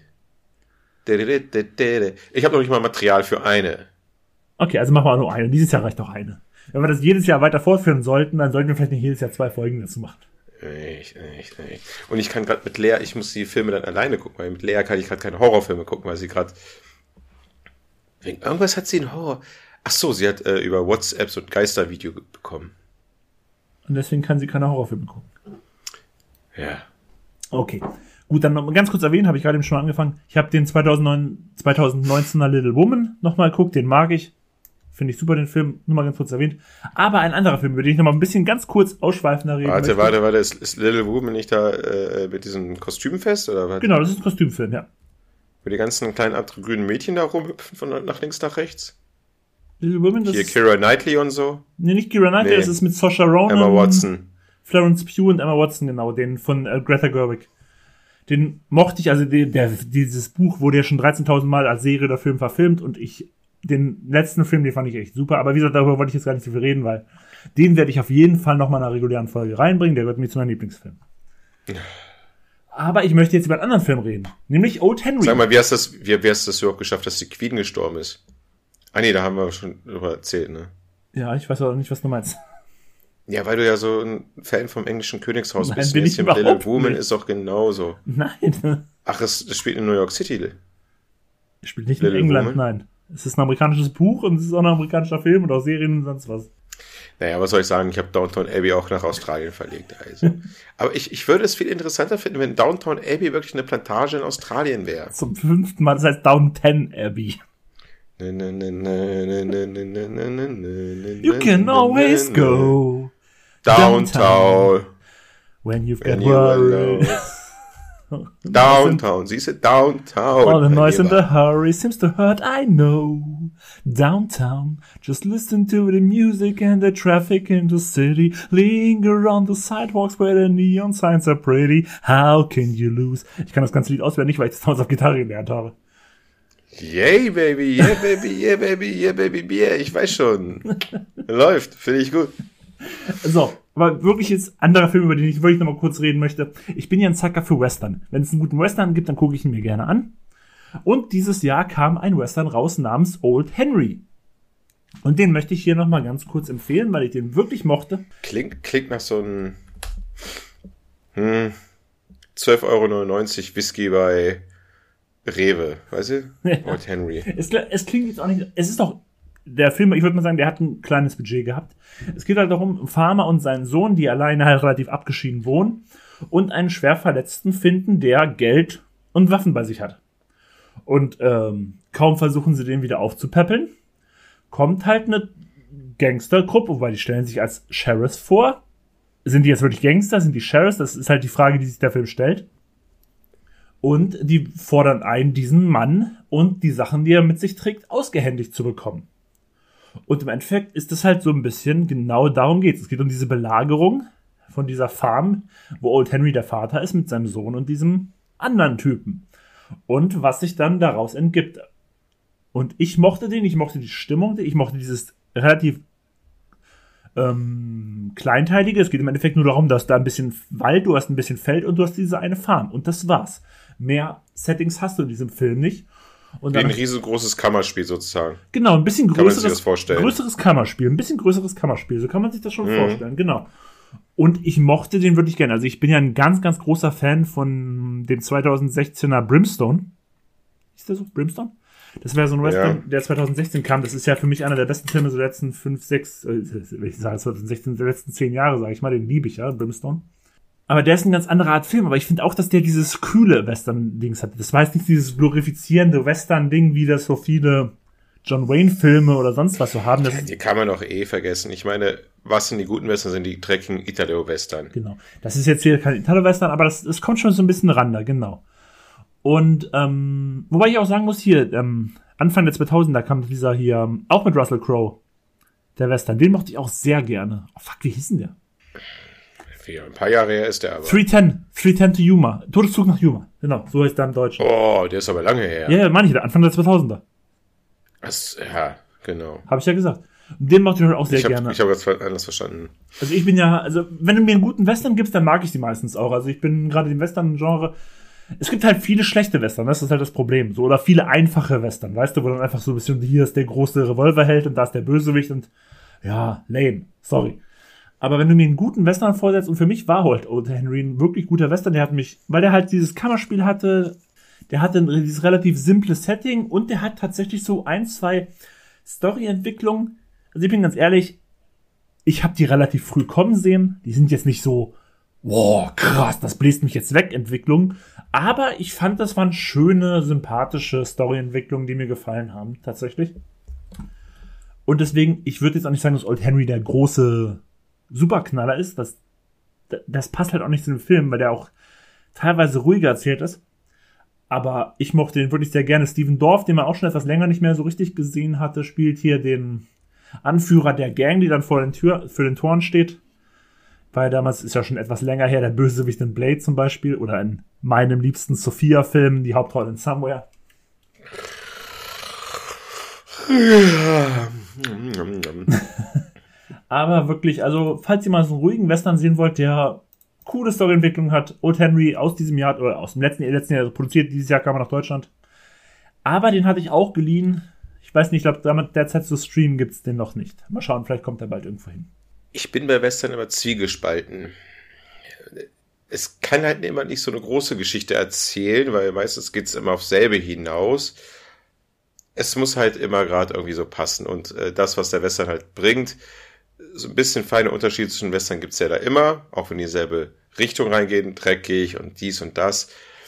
Ich habe noch nicht mal Material für eine. Okay, also machen wir nur eine. Dieses Jahr reicht auch eine. Wenn wir das jedes Jahr weiter fortführen sollten, dann sollten wir vielleicht nicht jedes Jahr 2 Folgen dazu machen. Echt. Und ich kann gerade mit Lea, ich muss die Filme dann alleine gucken, weil mit Lea kann ich gerade keine Horrorfilme gucken, weil sie gerade... Wegen irgendwas hat sie einen Horror... Ach so, sie hat über WhatsApp so ein Geistervideo bekommen. Und deswegen kann sie keine Horrorfilme gucken. Ja. Okay. Gut, dann noch mal ganz kurz erwähnen, habe ich gerade eben schon angefangen. Ich habe den 2019er Little Woman nochmal geguckt, den mag ich. Finde ich super, den Film, nur mal ganz kurz erwähnt. Aber ein anderer Film, über den ich noch mal ein bisschen ganz kurz ausschweifender reden möchte. Warte, ist Little Woman nicht da mit diesem Kostümfest, oder was? Genau, das ist ein Kostümfilm, ja. Wo die ganzen kleinen grünen Mädchen da rumhüpfen von nach links nach rechts? Little Woman, das hier Keira Knightley und so? Nee, nicht Keira Knightley, das ist mit Saoirse Ronan. Emma Watson. Florence Pugh und Emma Watson, genau, den von Greta Gerwig. Den mochte ich, also dieses Buch wurde ja schon 13.000 Mal als Serie oder Film verfilmt und den letzten Film, den fand ich echt super, aber wie gesagt, darüber wollte ich jetzt gar nicht so viel reden, weil den werde ich auf jeden Fall nochmal in einer regulären Folge reinbringen, der gehört mir zu meinem Lieblingsfilm. Aber ich möchte jetzt über einen anderen Film reden, nämlich Old Henry. Sag mal, wie hast du das überhaupt geschafft, dass die Queen gestorben ist? Ah nee, da haben wir schon drüber erzählt, ne? Ja, ich weiß auch nicht, was du meinst. Ja, weil du ja so ein Fan vom englischen Königshaus Nein, bist. bin ich überhaupt Little Woman nicht. ist auch genauso. Nein. Ach, es spielt in New York City. Es spielt nicht in England, Woman? nein. Es ist ein amerikanisches Buch und es ist auch ein amerikanischer Film und auch Serien und sonst was. Naja, was soll ich sagen? Ich habe Downton Abbey auch nach Australien verlegt. Also. Aber ich würde es viel interessanter finden, wenn Downton Abbey wirklich eine Plantage in Australien wäre. Zum 5. Mal, das heißt Downton Abbey. You can always go downtown when you've got worries. Downtown, siehst du? Downtown. All the noise and the hurry seems to hurt, I know. Downtown, just listen to the music and the traffic in the city. Linger on the sidewalks where the neon signs are pretty. How can you lose? Ich kann das ganze Lied auswendig, weil ich das damals auf Gitarre gelernt habe. Yay, baby, yeah, baby, yeah, baby, yeah, baby, yeah. Ich weiß schon. Läuft, finde ich gut. So, aber wirklich jetzt anderer Film, über den ich wirklich noch mal kurz reden möchte. Ich bin ja ein Sucker für Western. Wenn es einen guten Western gibt, dann gucke ich ihn mir gerne an. Und dieses Jahr kam ein Western raus namens Old Henry. Und den möchte ich hier noch mal ganz kurz empfehlen, weil ich den wirklich mochte. Klingt nach so einem 12,99 € Whisky bei Rewe, weißt du? Ja. Old Henry. Es klingt jetzt auch nicht... Es ist doch... Der Film, ich würde mal sagen, der hat ein kleines Budget gehabt. Es geht halt darum, ein Farmer und seinen Sohn, die alleine halt relativ abgeschieden wohnen und einen Schwerverletzten finden, der Geld und Waffen bei sich hat. Und kaum versuchen sie den wieder aufzupäppeln, kommt halt eine Gangstergruppe, wobei die stellen sich als Sheriffs vor. Sind die jetzt wirklich Gangster? Sind die Sheriffs? Das ist halt die Frage, die sich der Film stellt. Und die fordern ein, diesen Mann und die Sachen, die er mit sich trägt, ausgehändigt zu bekommen. Und im Endeffekt ist es halt so ein bisschen, genau darum geht's. Es geht um diese Belagerung von dieser Farm, wo Old Henry der Vater ist, mit seinem Sohn und diesem anderen Typen. Und was sich dann daraus entgibt. Und ich mochte den, ich mochte die Stimmung, ich mochte dieses relativ kleinteilige. Es geht im Endeffekt nur darum, dass da ein bisschen Wald, du hast ein bisschen Feld und du hast diese eine Farm. Und das war's. Mehr Settings hast du in diesem Film nicht. Und wie ein riesengroßes Kammerspiel sozusagen. Genau, ein bisschen größeres, kann man sich das vorstellen? Größeres Kammerspiel. Ein bisschen größeres Kammerspiel. So kann man sich das schon vorstellen, genau. Und ich mochte den wirklich gerne. Also ich bin ja ein ganz, ganz großer Fan von dem 2016er Brimstone. Ist der so? Brimstone? Das wäre so ein Western, der 2016 kam. Das ist ja für mich einer der besten Filme der letzten 5, 6, ich sage 2016, der letzten 10 Jahre, sage ich mal. Den liebe ich ja, Brimstone. Aber der ist eine ganz andere Art Film. Aber ich finde auch, dass der dieses kühle Western-Dings hat. Das war jetzt nicht dieses glorifizierende Western-Ding, wie das so viele John Wayne-Filme oder sonst was so haben. Die kann man doch vergessen. Ich meine, was sind die guten Western? Sind die dreckigen Italo-Western. Genau. Das ist jetzt hier kein Italo-Western, aber das kommt schon so ein bisschen ran da, genau. Und, wobei ich auch sagen muss, hier, Anfang der 2000er kam dieser hier, auch mit Russell Crowe, der Western. Den mochte ich auch sehr gerne. Oh, fuck, wie hieß denn der? Ein paar Jahre her ist der aber. 310 to Yuma. Todeszug nach Yuma. Genau, so heißt der im Deutschen. Oh, der ist aber lange her. Ja, meine ich, Anfang der 2000er. Ja, genau. Habe ich ja gesagt. Und den mochte ich auch sehr gerne. Ich habe das anders verstanden. Also ich bin ja, also wenn du mir einen guten Western gibst, dann mag ich die meistens auch. Also ich bin gerade im Western-Genre. Es gibt halt viele schlechte Western, das ist halt das Problem. So, oder viele einfache Western, weißt du, wo dann einfach so ein bisschen, hier ist der große Revolverheld und da ist der Bösewicht und ja, lame, sorry. Aber wenn du mir einen guten Western vorsetzt, und für mich war halt Old Henry ein wirklich guter Western, der hat mich, weil der halt dieses Kammerspiel hatte, der hatte dieses relativ simple Setting und der hat tatsächlich so 1-2 Storyentwicklungen. Also ich bin ganz ehrlich, ich habe die relativ früh kommen sehen. Die sind jetzt nicht so, wow, krass, das bläst mich jetzt weg, Entwicklungen. Aber ich fand, das waren schöne, sympathische Storyentwicklungen, die mir gefallen haben, tatsächlich. Und deswegen, ich würde jetzt auch nicht sagen, dass Old Henry der große Superknaller ist. Das passt halt auch nicht zu dem Film, weil der auch teilweise ruhiger erzählt ist. Aber ich mochte den wirklich sehr gerne. Steven Dorff, den man auch schon etwas länger nicht mehr so richtig gesehen hatte, spielt hier den Anführer der Gang, die dann vor den Toren steht. Weil damals ist ja schon etwas länger her, der Bösewicht in Blade zum Beispiel. Oder in meinem liebsten Sophia-Film, die Hauptrolle in Somewhere. Aber wirklich, also, falls ihr mal so einen ruhigen Western sehen wollt, der coole Storyentwicklung hat, Old Henry aus diesem Jahr, oder aus dem letzten Jahr produziert, dieses Jahr kam er nach Deutschland. Aber den hatte ich auch geliehen. Ich weiß nicht, ich glaube, derzeit zu streamen gibt's den noch nicht. Mal schauen, vielleicht kommt er bald irgendwo hin. Ich bin bei Western immer zwiegespalten. Es kann halt immer nicht so eine große Geschichte erzählen, weil meistens geht's immer aufs selbe hinaus. Es muss halt immer gerade irgendwie so passen. Und das, was der Western halt bringt, so ein bisschen feine Unterschiede zwischen Western gibt's ja da immer, auch wenn die dieselbe Richtung reingehen, dreckig und dies und das.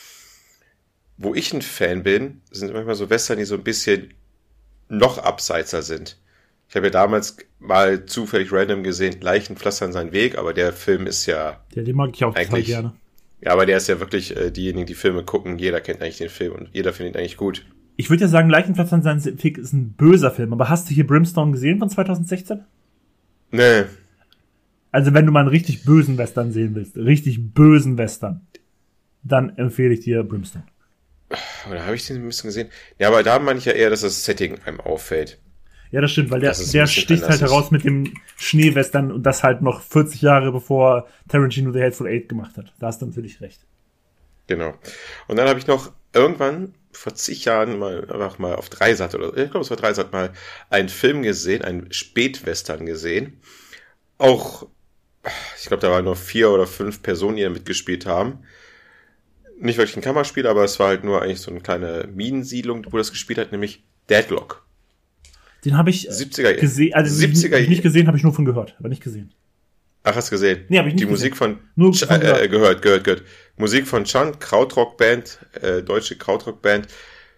Wo ich ein Fan bin, sind manchmal so Western, die so ein bisschen noch abseitser sind. Ich habe ja damals mal zufällig random gesehen, Leichen pflastern seinen Weg, aber der Film ist ja... Den mag ich auch total gerne. Ja, aber der ist ja wirklich, diejenigen, die Filme gucken, jeder kennt eigentlich den Film und jeder findet ihn eigentlich gut. Ich würde ja sagen, Leichen pflastern seinen Weg ist ein böser Film, aber hast du hier Brimstone gesehen von 2016? Nee. Also wenn du mal einen richtig bösen Western sehen willst, richtig bösen Western, dann empfehle ich dir Brimstone. Oder habe ich den ein bisschen gesehen? Ja, aber da meine ich ja eher, dass das Setting einem auffällt. Ja, das stimmt, weil der sticht halt heraus mit dem Schneewestern und das halt noch 40 Jahre bevor Tarantino The Hateful Eight gemacht hat. Da hast du natürlich recht. Genau. Und dann habe ich noch irgendwann vor zig Jahren einfach mal auf Dreisat oder ich glaube es war Dreisat mal einen Film gesehen, einen Spätwestern gesehen. Auch, ich glaube da waren nur 4 oder 5 Personen, die da mitgespielt haben. Nicht wirklich ein Kammerspiel, aber es war halt nur eigentlich so eine kleine Minensiedlung, wo das gespielt hat, nämlich Deadlock. Den habe ich 70er gesehen, also 70er nicht gesehen, habe ich nur von gehört, aber nicht gesehen. Ach, hast du gesehen? Nee, habe ich nicht Die gesehen. Musik von, nur von gehört. Musik von Chan, Krautrock-Band, deutsche Krautrock-Band,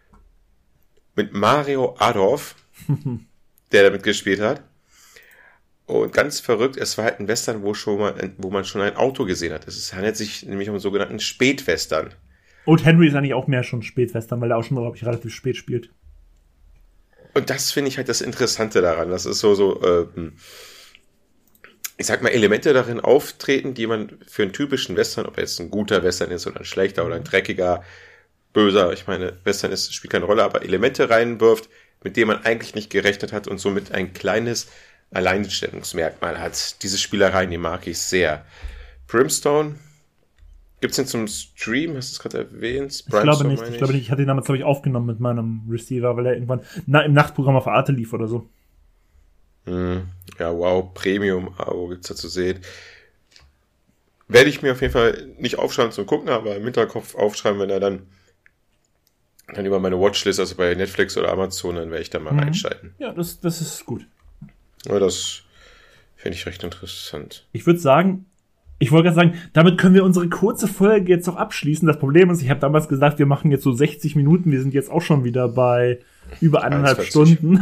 mit Mario Adorf, der da mitgespielt hat. Und ganz verrückt, es war halt ein Western, wo man schon ein Auto gesehen hat. Es handelt sich nämlich um einen sogenannten Spätwestern. Old Henry ist eigentlich auch mehr schon Spätwestern, weil er auch schon, glaube ich, relativ spät spielt. Und das finde ich halt das Interessante daran. Das ist so, ich sag mal, Elemente darin auftreten, die man für einen typischen Western, ob er jetzt ein guter Western ist oder ein schlechter oder ein dreckiger, böser, ich meine, Western spielt keine Rolle, aber Elemente reinwirft, mit denen man eigentlich nicht gerechnet hat und somit ein kleines Alleinstellungsmerkmal hat. Diese Spielereien, die mag ich sehr. Brimstone, gibt's den zum Stream? Hast du es gerade erwähnt? Ich glaube nicht. Ich hatte ihn damals, glaube ich, aufgenommen mit meinem Receiver, weil er irgendwann im Nachtprogramm auf Arte lief oder so. Ja, wow, Premium-Abo gibt's da zu sehen. Werde ich mir auf jeden Fall nicht aufschreiben zum Gucken, aber im Hinterkopf aufschreiben, wenn er dann über meine Watchlist, also bei Netflix oder Amazon, dann werde ich da mal reinschalten. Ja, das ist gut. Ja, das finde ich recht interessant. Ich würde sagen, Ich wollte gerade sagen, damit können wir unsere kurze Folge jetzt auch abschließen. Das Problem ist, ich habe damals gesagt, wir machen jetzt so 60 Minuten. Wir sind jetzt auch schon wieder bei über 1,5 Stunden.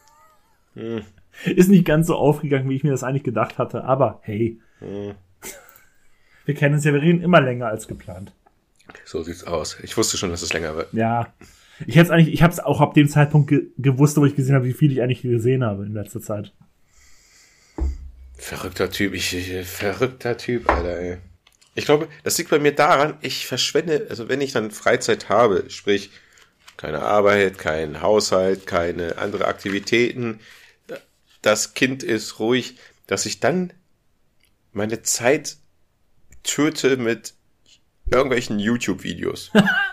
Ist nicht ganz so aufgegangen, wie ich mir das eigentlich gedacht hatte. Aber hey, wir kennen uns ja, wir reden immer länger als geplant. So sieht's aus. Ich wusste schon, dass es länger wird. Ja, ich habe es auch ab dem Zeitpunkt gewusst, wo ich gesehen habe, wie viel ich eigentlich gesehen habe in letzter Zeit. Verrückter Typ, verrückter Typ, Alter, ey. Ich glaube, das liegt bei mir daran, ich verschwende, also wenn ich dann Freizeit habe, sprich, keine Arbeit, kein Haushalt, keine andere Aktivitäten, das Kind ist ruhig, dass ich dann meine Zeit töte mit irgendwelchen YouTube-Videos.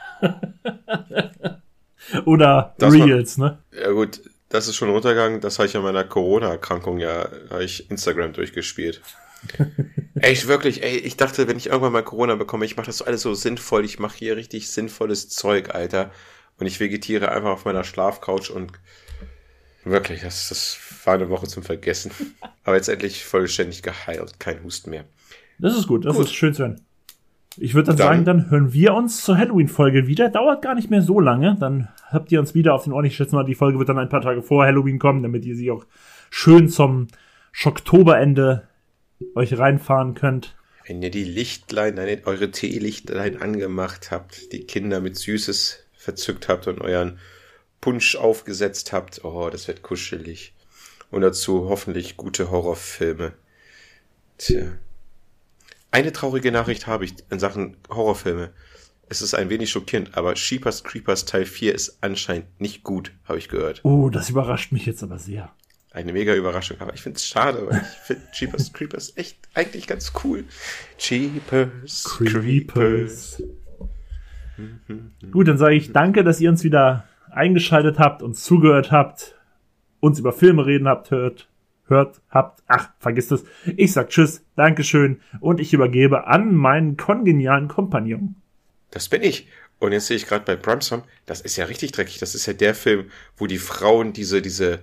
Oder das Reels, ne? Ja gut, das ist schon runtergegangen. Das habe ich an meiner Corona-Erkrankung habe ich Instagram durchgespielt. Echt, wirklich, ich dachte, wenn ich irgendwann mal Corona bekomme, ich mache das alles so sinnvoll, ich mache hier richtig sinnvolles Zeug, Alter. Und ich vegetiere einfach auf meiner Schlafcouch und wirklich, das war eine Woche zum Vergessen. Aber jetzt endlich vollständig geheilt, kein Husten mehr. Das ist gut, das ist schön zu hören. Ich würde dann sagen, dann hören wir uns zur Halloween-Folge wieder. Dauert gar nicht mehr so lange. Dann habt ihr uns wieder auf den Ohren. Ich schätze mal, die Folge wird dann ein paar Tage vor Halloween kommen, damit ihr sie auch schön zum Schocktoberende euch reinfahren könnt. Wenn ihr die Lichtlein, eure Teelichtlein angemacht habt, die Kinder mit Süßes verzückt habt und euren Punsch aufgesetzt habt, oh, das wird kuschelig. Und dazu hoffentlich gute Horrorfilme. Tja. Eine traurige Nachricht habe ich in Sachen Horrorfilme. Es ist ein wenig schockierend, aber Jeepers Creepers Teil 4 ist anscheinend nicht gut, habe ich gehört. Oh, das überrascht mich jetzt aber sehr. Eine mega Überraschung, aber ich finde es schade, weil ich finde Jeepers Creepers echt eigentlich ganz cool. Jeepers Creepers. Gut, dann sage ich danke, dass ihr uns wieder eingeschaltet habt, uns zugehört habt, uns über Filme reden habt, vergisst es. Ich sag tschüss, Dankeschön und ich übergebe an meinen kongenialen Kompagnon. Das bin ich. Und jetzt sehe ich gerade bei Brimstone, das ist ja richtig dreckig. Das ist ja der Film, wo die Frauen diese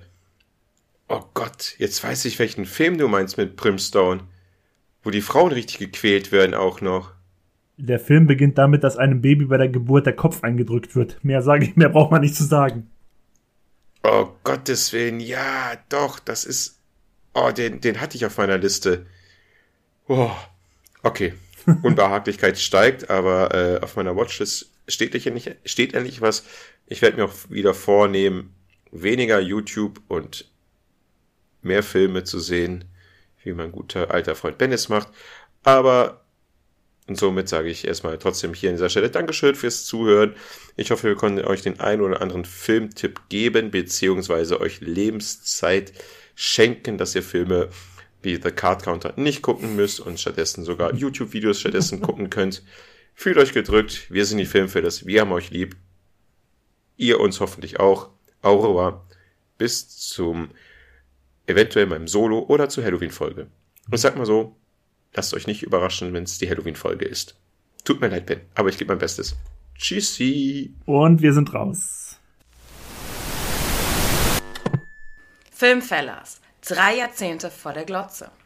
oh Gott, jetzt weiß ich, welchen Film du meinst mit Brimstone. Wo die Frauen richtig gequält werden auch noch. Der Film beginnt damit, dass einem Baby bei der Geburt der Kopf eingedrückt wird. Mehr braucht man nicht zu sagen. Oh Gottes Willen, ja, doch, das ist... Oh, den hatte ich auf meiner Liste. Oh, okay. Unbehaglichkeit steigt, aber auf meiner Watchlist steht endlich was. Ich werde mir auch wieder vornehmen, weniger YouTube und mehr Filme zu sehen, wie mein guter alter Freund Dennis macht. Aber und somit sage ich erstmal trotzdem hier an dieser Stelle Dankeschön fürs Zuhören. Ich hoffe, wir konnten euch den einen oder anderen Filmtipp geben, beziehungsweise euch Lebenszeit schenken, dass ihr Filme wie The Card Counter nicht gucken müsst und stattdessen sogar YouTube-Videos gucken könnt. Fühlt euch gedrückt, wir sind die Filmfillers, wir haben euch lieb. Ihr uns hoffentlich auch. Au revoir. Bis zum eventuell meinem Solo oder zur Halloween-Folge. Und ich sag mal so, lasst euch nicht überraschen, wenn es die Halloween-Folge ist. Tut mir leid, Ben, aber ich gebe mein Bestes. Tschüssi. Und wir sind raus. Filmfellers. 3 Jahrzehnte vor der Glotze.